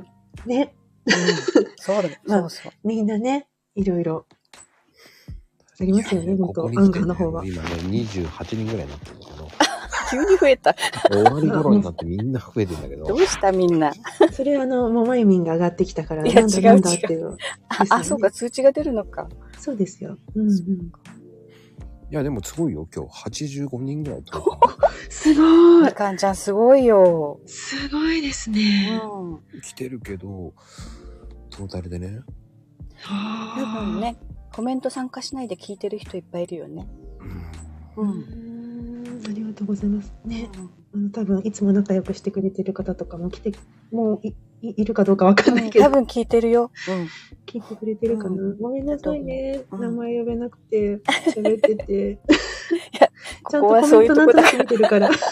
ね。 うん、そうだ、まあ、そうそう。 みんなね、いろいろありますよね、本当、アンガーの方は。 今ね、にじゅうはちにんぐらいになってるんだけど。 急に増えた。 終わり頃になってみんな増えてるんだけど。 どうしたみんな。 それあの、もうまゆみんが上がってきたから、 いや、違う違う。 っていう、 ね、あ、あ、そうか、通知が出るのか。 そうですよ。うんうん。いや、でもすごいよ、今日。はちじゅうごにんぐらい。 すごい。 みかんちゃん、すごいよ。 すごいですね。 うん。 来てるけど、トータルでね。 多分ね、コメント参加しないで聞いてる人いっぱいいるよね。 うん。うん、ありがとうございます。ね。うん、多分いつも仲良くしてくれてる方とかも来て、もう い, い, いるかどうかわかんないけど、 うん、多分聞いてるよ。うん。 聞いてくれてるかな。うん、ごめんなさいね。名前呼べなくて喋ってて。いや、ちゃんとコメントなんとなく見てるから。ね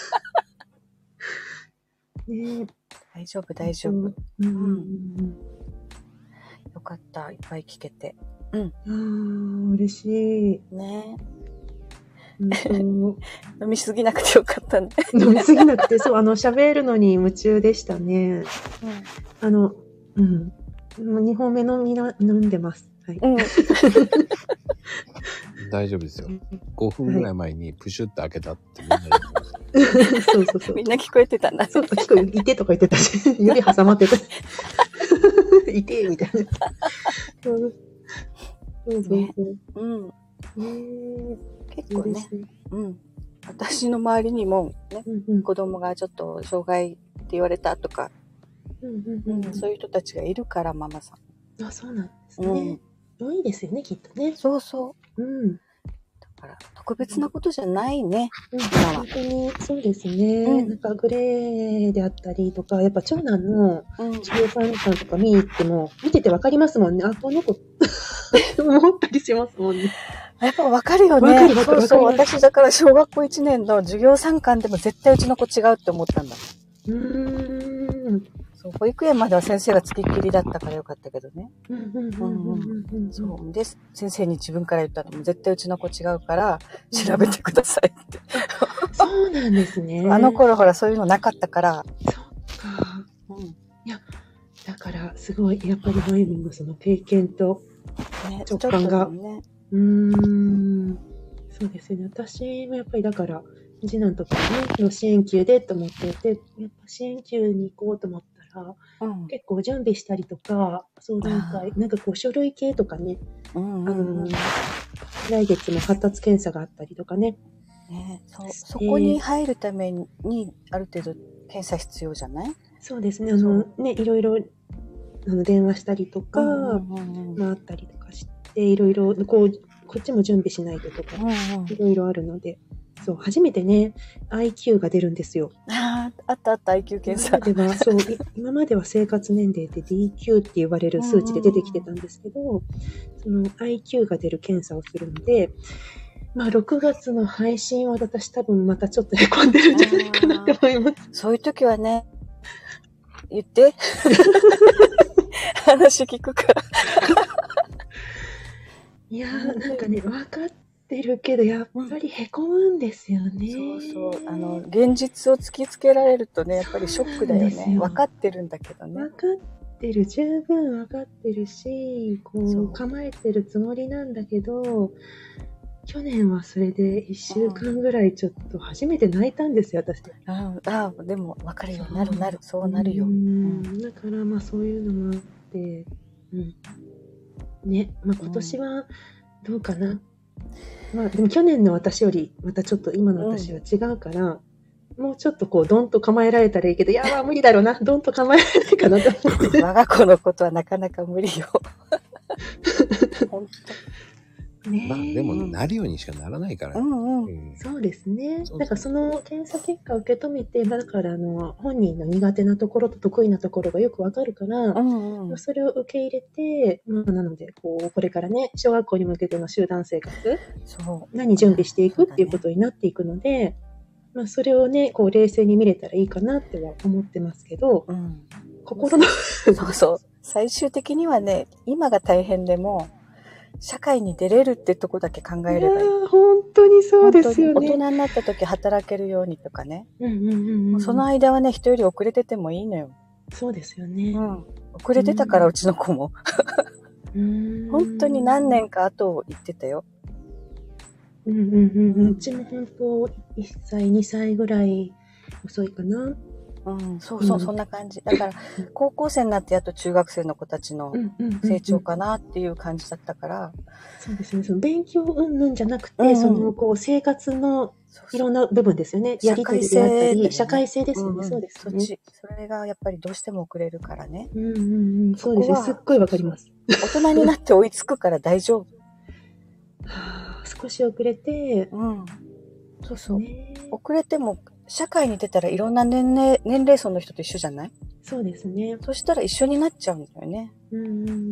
え。 大丈夫、大丈夫。うん。うん、よかった、いっぱい聞けて。うん。 ああ、嬉しい。 ねえ。飲みすぎなくてよかったね。 飲みすぎなくて、そう、あの、喋るのに夢中でしたね。うん、あの、うん。にほんめ飲みな、飲んでます。はい。うん、 大丈夫ですよ。ごふんぐらい前にプシュって開けたってみんな言ってました。 そうそうそう。 みんな聞こえてたんだ。 そう、聞こえ、いてとか言ってたし、指挟まってた。いてみたいな。そうそうそう。ね、うん。 ね、結構ね、うん。私の周りにもね、うんうん、子供がちょっと障害って言われたとか、うんうんうん、そういう人たちがいるから、ママさん。 あ、そうなんですね。うん、多いですよね、きっとね。 そうそう。うん。だから特別なことじゃないね。 うん、本当にそうですね、うん。なんかグレーであったりとか、やっぱ長男の授業参観とか見に行っても、見ててわかりますもんね。あ、この子思ったりしますもんね。 やっぱわかるよね。わかるわかる。そうそう。私だから小学校いちねんの授業参観でも絶対うちの子違うって思ったんだ。うーん。そう、保育園までは先生がつきっきりだったからよかったけどね。うん。そう。で、先生に自分から言ったのも絶対うちの子違うから調べてくださいって。 そうなんですね。 あの頃ほらそういうのなかったから。 そっか。うん。いや、だからすごい、やっぱりマユミンのその経験と直感が。ね、うーん。そうですよね。私もやっぱりだから、次男とかね、の支援級でと思ってて、やっぱ支援級に行こうと思ったら、うん、結構準備したりとか、相談会、なんかこう書類系とかね、うんうんうん、あの、来月も発達検査があったりとかね。 ね、そ、そこに入るために、ある程度検査必要じゃない？ そうですね。あの、ね、いろいろ、あの、電話したりとか、回ったりとかして、いろいろ、こう、こっちも準備しないととか、いろいろあるので。 そう、初めてね、アイキュー が出るんですよ。 ああ、あったあった、アイキュー 検査。 今までは、そう、今までは生活年齢で ディーキュー って言われる数値で出てきてたんですけど、その アイキュー が出る検査をするので、まあ、ろくがつの配信は私多分またちょっと凹んでるんじゃないかなって思います。 そういう時はね、言って。話聞くから。 いやー、なんかね、分かってるけど、やっぱり凹むんですよね。 そうそう。あの、現実を突きつけられるとね、やっぱりショックだよね。分かってるんだけどね。 分かってる。十分分かってるし、こう、構えてるつもりなんだけど、去年はそれでいっしゅうかんぐらいちょっと初めて泣いたんですよ、私。 ああ、でも分かるよ。なるなる。そうなるよ。 うん、だからまあそういうのもあって、うん。ね、まあ今年はどうかな。うん、まあでも去年の私よりまたちょっと今の私は違うから、うん、もうちょっとこうドンと構えられたらいいけど、いやまあ無理だろうな、ドンと構えられないかなと思って。 我が子のことはなかなか無理よ。本当。 ね、まあでもなるようにしかならないから、ね。 うんうん。そうですね。だからその検査結果を受け止めて、だからあの本人の苦手なところと得意なところがよくわかるから、うんうん、それを受け入れて、まあ、なのでこうこれからね小学校に向けての集団生活、そう何準備していくっていうことになっていくので、まあそれをねこう冷静に見れたらいいかなっては思ってますけど、うん、心のそうそう最終的にはね今が大変でも。社会に出れるってとこだけ考えればいい。いや本当にそうですよね。 大人になった時働けるようにとかね。うんうんうんうん、その間はね、人より遅れててもいいのよ。 そうですよね。うん、 遅れてたから、うちの子も。うん本当に何年か後を言ってたよ。 うんうんうんうん。うちも本当いっさい、にさいぐらい遅いかな。 うん、そうそう、うん、そんな感じ。だから、高校生になってやっと中学生の子たちの成長かなっていう感じだったから。 そうですね。その勉強云々じゃなくて、うん、その、こう、生活のいろんな部分ですよね。やりとりであったり、社会性ですよね。うん、そうですね。 そっち。それがやっぱりどうしても遅れるからね。 うんうんうん。そうですね。すっごいわかります。 大人になって追いつくから大丈夫。 はあ、少し遅れて、 うん。そうそう。ね、遅れても、社会に出たらいろんな年齢、年齢層の人と一緒じゃない？ そうですね。 そしたら一緒になっちゃうんだよね。 うんうんうん。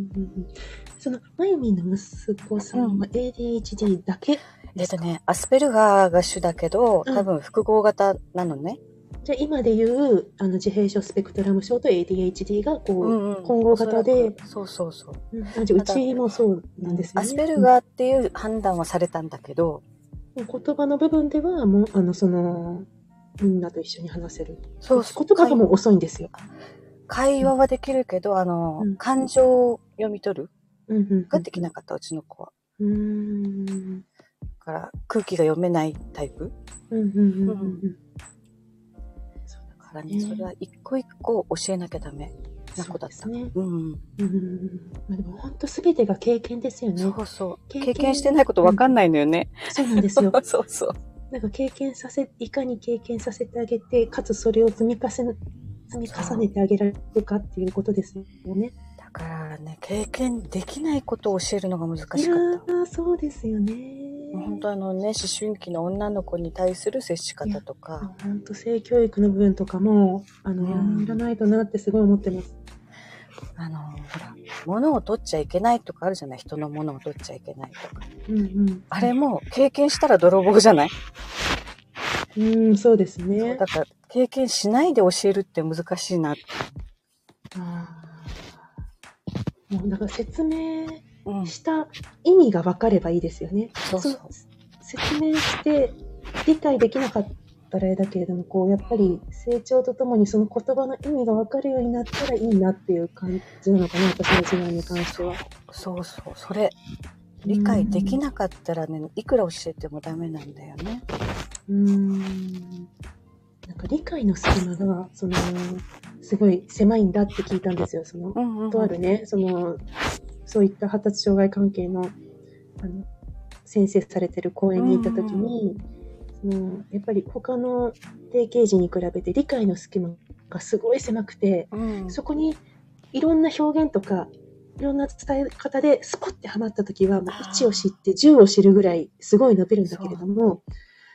その、まゆみんの息子さんは エーディーエイチディー だけですか？ えっとね、アスペルガーが主だけど、多分複合型なのね。 うん、じゃあ今で言う、あの、自閉症スペクトラム症と エーディーエイチディー がこう、うんうん、混合型で。 そうそうそう。 うん、あじゃあうちもそうなんですよね。 アスペルガーっていう判断はされたんだけど、 言葉の部分ではもうあのそのみんなと一緒に話せる。そうそう。言葉がもう遅いんですよ。 会話はできるけど、うん、あの、うん、感情を読み取る、うんうんうん、ができなかった、うちの子は。うーん。だから空気が読めないタイプ。うんうんうんうん。うん、そうだからね、それは一個一個教えなきゃダメな子だった。そうですね。うんうん。うんまあ、でも本当すべてが経験ですよね。 そうそう。経験、経験してないことわかんないのよね。 うん、そうなんですよ。 そうそう。 なんか経験させ、いかに経験させてあげて、かつそれを積み重ね、積み重ねてあげられるかっていうことですよね。 だからね、経験できないことを教えるのが難しかった。いやー、そうですよね。 本当あのね、思春期の女の子に対する接し方とか。 本当性教育の部分とかも、あの、うん、やらないとなってすごい思ってます。 あの、ほら、物を取っちゃいけないとかあるじゃない？人の物を取っちゃいけないとか。うんうん。あれも経験したら泥棒じゃない？ うん、そうですね。そうだから経験しないで教えるって難しいなって。 ああ。もうだから説明した意味が分かればいいですよね。うん、そうそう。説明して理解できなかったらあれだけれども、こうやっぱり成長とともにその言葉の意味が分かるようになったらいいなっていう感じなのかな、私の時代に関しては。 そうそう、それ理解できなかったらね、いくら教えてもダメなんだよね。 うーんなんか理解の隙間がそのすごい狭いんだって聞いたんですよ。その、うんうんうん、とあるね、そのそういった発達障害関係のあの先生されてる講演に行った時に、うんうん、そのやっぱり他の定型児に比べて理解の隙間がすごい狭くて、うん、そこにいろんな表現とかいろんな伝え方でスポッてはまった時はもういちを知ってじゅうを知るぐらいすごい伸びるんだけれども、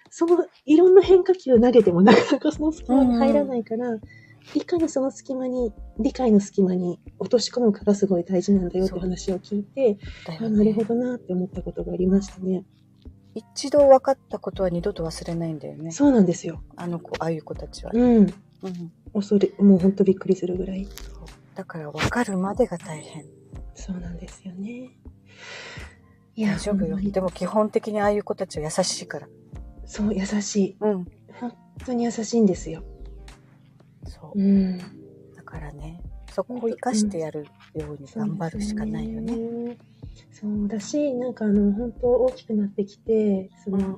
そのいろんな変化球を投げてもなかなかその隙間に入らないから、うんうん、いかにその隙間に、理解の隙間に落とし込むかがすごい大事なんだよって話を聞いて、ね、あ、なるほどなって思ったことがありましたね。 一度分かったことは二度と忘れないんだよね。 そうなんですよ。 あの子、ああいう子たちは。 うん。うん。恐れ、もうほんとびっくりするぐらい。 だから分かるまでが大変。 そうなんですよね。 いや、大丈夫よ。でも基本的にああいう子たちは優しいから。 そう、優しい。 うん。 本当に優しいんですよ。 そう。 うん。 だからね、そこを生かしてやるように頑張るしかないよね。 うん、そうだし、なんかあの、本当大きくなってきて、その、うん、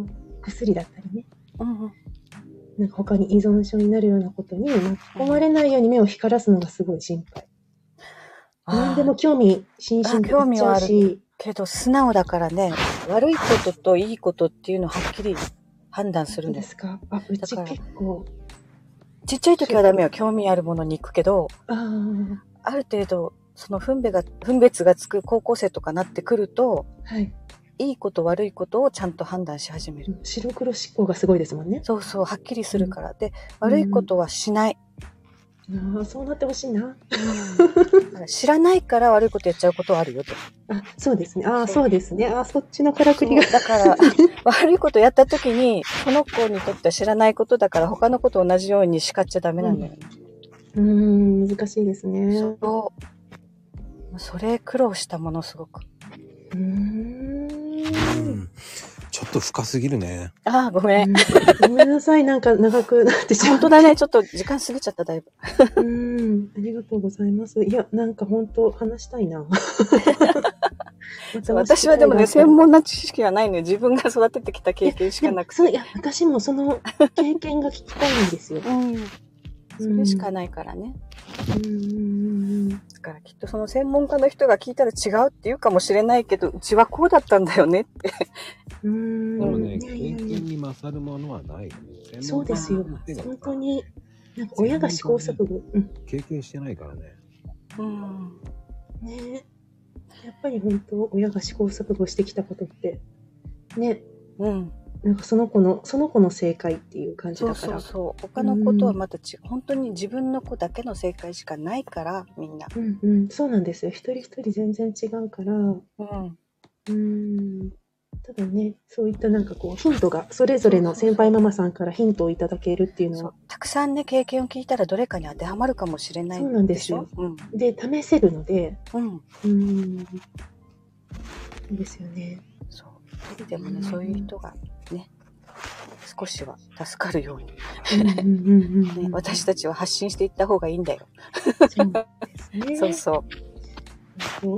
薬だったりね。うんうん。なんか他に依存症になるようなことに巻き込まれないように目を光らすのがすごい心配。何でも興味津々で興味はあるけど素直だからね、悪いことといいことっていうのをはっきり判断するんです。 そうですか。あ、うち結構ちっちゃい時はダメよ。興味あるものに行くけど、 あ, ある程度その分別が分別がつく高校生とかなってくると、 はい、 いいこと悪いことをちゃんと判断し始める。 白黒思考がすごいですもんね。 そうそう、はっきりするから。うん、で、悪いことはしない。 ああ、そうなってほしいな。 知らないから悪いことやっちゃうことはあるよと。 あ、そうですね。ああ、そうですね。ああ、そっちのからくりが。 だから、悪いことやった時に、この子にとっては知らないことだから、他の子と同じように叱っちゃダメなんだよね。 うん、うーん、難しいですね。 そう。それ苦労したものすごく。 うーん。 ちょっと深すぎるね。 ああ、ごめん。 ごめんなさい。なんか長くなってしまう。 本当だね。ちょっと時間過ぎちゃった、だいぶ。 うん。ありがとうございます。いや、なんか本当話したいな。 私はでもね、専門な知識はないのよ。自分が育ててきた経験しかなくて。 いや、いや私もその経験が聞きたいんですよ。 うん。それしかないからね。 うん。 だからきっとその専門家の人が聞いたら違うって言うかもしれないけど、うちはこうだったんだよねって。 うん。 でもね、経験に勝るものはない。 そうですよ。本当に、なんか親が試行錯誤、うん。 経験してないからね。 うん。 ね。やっぱり本当、親が試行錯誤してきたことって、ね。 うん。 なんかその子の、その子の正解っていう感じだから。 そうそうそう。他のことはまた違う。本当に自分の子だけの正解しかないから、みんな。 うんうん。そうなんですよ。一人一人全然違うから。うん。うん。ただね、そういったなんかこう、ヒントが、それぞれの先輩ママさんからヒントをいただけるっていうのは。 たくさんね、経験を聞いたらどれかに当てはまるかもしれないでしょ。 そうなんですよ。うん、で、試せるので。 うん。 うん。いいですよね。 そう。一人でもね、そういう人がね、少しは助かるように。私たちは発信していった方がいいんだよ。 そうですね。 そうそう。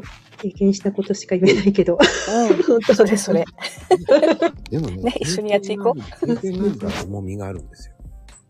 経験したことしか言えないけど。 うん、それそれ。 でもね、 ね、一緒にやっていこう。 経験なんか重みがあるんですよ。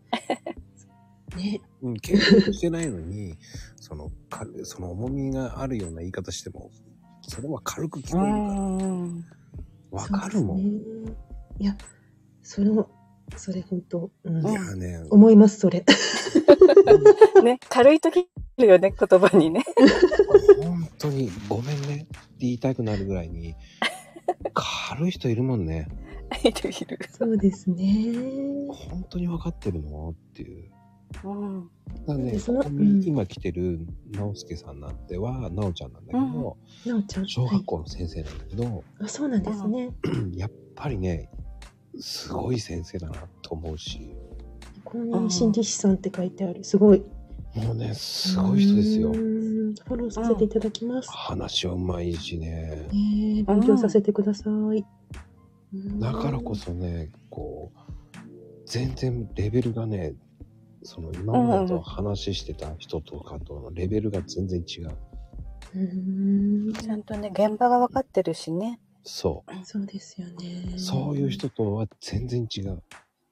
ね。 うん、経験してないのに、その、かその重みがあるような言い方しても、それは軽く聞こえるから。わかるもん。 ね、いや、それも、それ本当、うん、 いやね、 思います、それ。 ね、軽い時いるよね、言葉にね。 本当にごめんねって言いたくなるぐらいに軽い人いるもんね。 いるいる。 そうですね。 本当に分かってるのっていう。 うん。 だね、その、うん、今来てる直輔さんなんては直ちゃんなんだけど、 直、うん、ちゃん小学校の先生なんだけど、はい、 あ、そうなんですね。 やっぱりね、すごい先生だなと思うし。 公認心理師さんって書いてある。すごい。 もうね、すごい人ですよ。 フォローさせていただきます。 話はうまいしね。 えー、勉強させてください。 だからこそね、こう、全然レベルがね、その今までと話してた人とかとのレベルが全然違う。 うーん、 ちゃんとね、現場が分かってるしね。 そう。 そうですよね。 そういう人とは全然違う。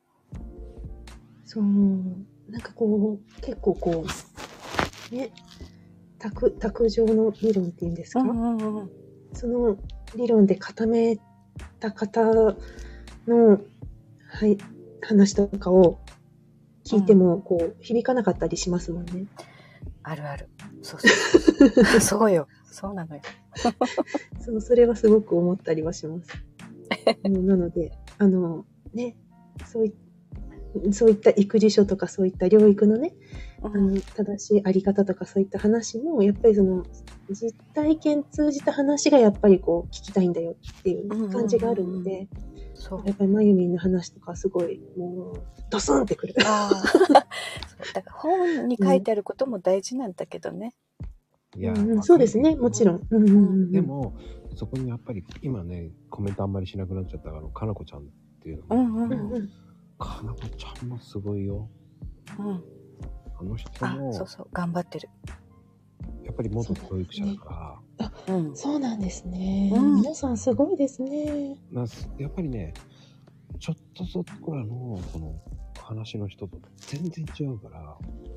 そう。なんかこう、結構こう、ね、卓、卓上の理論っていうんですか、 うんうんうん、 その理論で固めた方の、はい、話とかを聞いても、こう、響かなかったりしますもんね。 あるある。そうそうそう。そうよ。そうなのよ。 そう、それはすごく思ったりはします。なので、あの、 ね、そういそういった育児書とかそういった療育のね、あの正しいあり方とかそういった話もやっぱりその実体験通じた話がやっぱりこう聞きたいんだよっていう感じがあるので、そうやっぱりまゆみんの話とかすごいもうドスンってくる。 あそうだから本に書いてあることも大事なんだけどね。 いや、 うん、そうですね、もちろん。うんうんうん、 でもそこにやっぱり今ねコメントあんまりしなくなっちゃったあのかなこちゃんっていうのも、うんうんうん、かなこちゃんもすごいよ。うん。あの人も。 あ、そうそう、頑張ってる。 やっぱり元教育者だから。 ね、あ、うん、そうなんですね、うん。皆さんすごいですね。 やっぱりね、ちょっとそこらのこの話の人と全然違うから。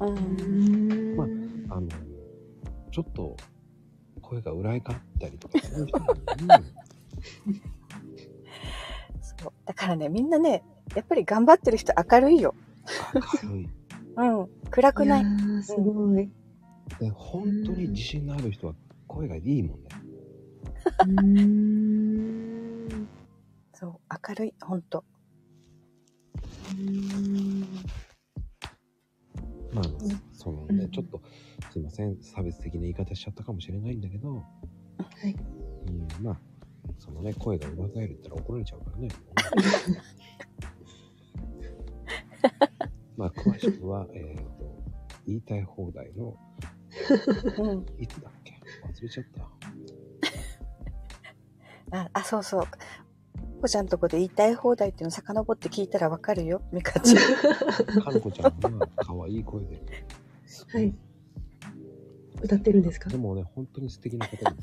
うん。まああのちょっと声が裏いかったりとかする人もいる。 そう。だからね、みんなね、やっぱり頑張ってる人明るいよ。 明るい。 うん。暗くない。 いすごい。 で、本当に自信のある人は声がいいもんね。 うーん。 そう、明るい、本当。 うーん。 まあ、そのね、うん、ちょっとすいません、差別的な言い方しちゃったかもしれないんだけど、はい。うん、まあ、そのね、声が裏返るって言ったら怒られちゃうからね。まあ、詳しくは、えっと、言いたい放題の、うん、いつだっけ忘れちゃった。 あ、あ、そうそう。こちゃんとこで言いたい放題っていうのを遡って聞いたらわかるよ、みかちゃん。 かのこちゃんが可愛い声で。 はい。歌ってるんですか？ でもね、本当に素敵な方です。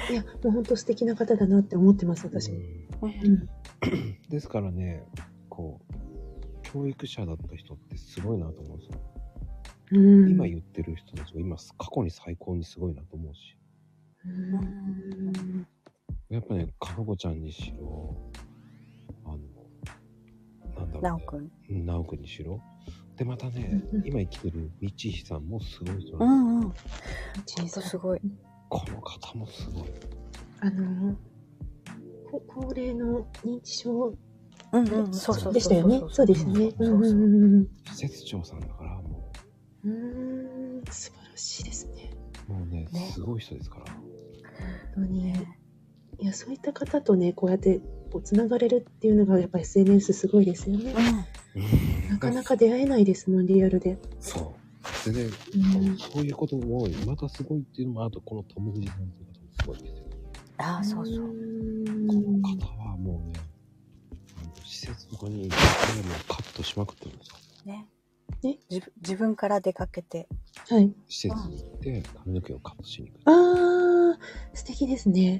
いや、もう本当素敵な方だなって思ってます、私も。うんうん、 ですからね、こう、教育者だった人ってすごいなと思うんですよ。うん、今言ってる人たちが今、過去に最高にすごいなと思うし。うんやっぱね、かのこちゃんにしろ、あの、なんだろう、ね。 なおくん。 うん、なおくんにしろ。で、またね、うん、今生きてるみちひさんもすごい人なんですよ。うんうん。ちょっとすごい。 この方もすごい。 あの、高齢の認知症、 うんうん、そうそうそう。 でしたよね。そうですね。うんうんうん。 施設長さんだからもう。うーん、素晴らしいですね。 もうね、ねすごい人ですから。本当に。ねいや、そういった方とね、こうやってこうつながれるっていうのがやっぱり エスエヌエス すごいですよね。うん、なかなか出会えないですもん、リアルで。 そう。でね、うん、そういうこともまたすごいっていうのも、あとこのトム・フジさんという方もすごいですよ。 ああ、そうそう。 この方はもうね、あの施設とかにカットしまくってるんですよ。 ね。ね自分、自分から出かけて。 はい。 施設に行って髪の毛をカットしに行く。 ああ、素敵ですね。 うん。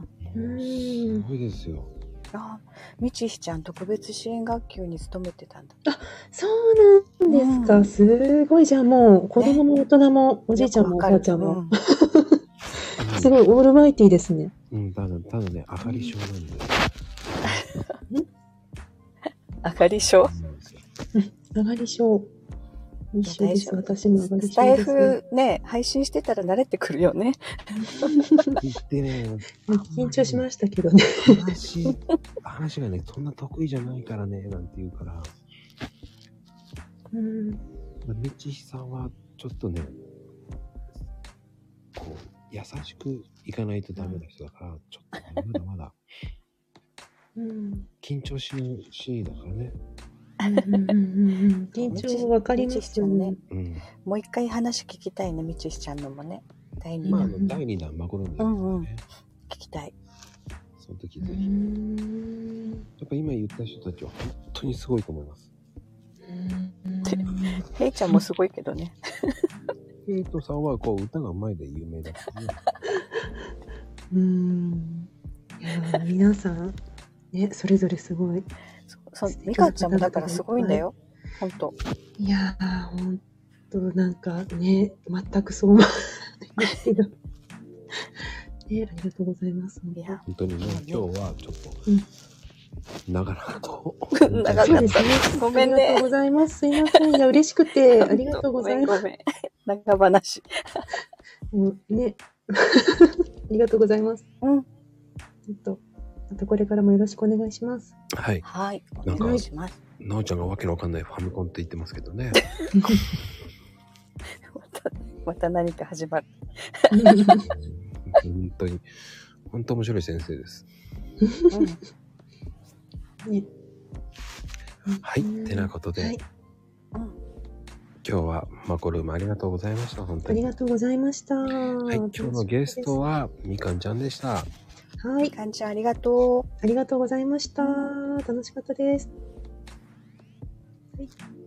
すごいですよ。 あ、みちひちゃん特別支援学級に勤めてたんだ。 あ、そうなんですか。うん、すごい、じゃあもう子供も大人も、ね、おじいちゃんもおばあちゃんも。うん、すごいオールマイティーですね。 うん、ただ、ただね、あがり症なんで。 あがり症？ あがり症。一緒です。私もあがり症です。 スタイフね、配信してたら慣れてくるよね。 言ってね。 緊張しましたけどね。 話、話がね、そんな得意じゃないからね、なんて言うから。うん。みちひさんは、ちょっとね、こう、優しくいかないとダメな人だから、ちょっとまだまだ、うん、緊張しないし、だからね。 うんうんうん、緊張わかりますよね、 うん。もう一回話聞きたいね、みちひちゃんのもね。だいにだん。 まあ、あのだいにだんマコロンで、ね、 うんうん。聞きたい。 その時ぜひ。やっぱ今言った人たちは本当にすごいと思います。 ヘイちゃんもすごいけどね。 ヘイトさんはこう歌が上手いで有名だったね。 うーん。いや皆さんね、それぞれすごい。 そう、ミカちゃんもだからすごいんだよ。ほんと。 いやー、ほんと、なんかね、全くそう思わないですけど。ね、ありがとうございます。 いや、本当にね、今日はちょっと、うん、長々と。 長かった。ね、ごめんね。 ありがとうございます。すいません。いや、嬉しくて、ありがとうございます。 ごめん、ごめん。長話。 もうね、ありがとうございます。 うん。 えっとまたこれからもよろしくお願いします。 はい。 はい。お願いします。 なおちゃんがわけのわかんないファミコンって言ってますけどね。 また、また何か始まる。 本当に、本当面白い先生です。 うんね、 はい。てなことで、はい、今日はマコルームありがとうございました。本当に。 ありがとうございました。はい。 今日のゲストはみかんちゃんでした。 はい。みかんちゃんありがとう。 ありがとうございました。楽しかったです。はい。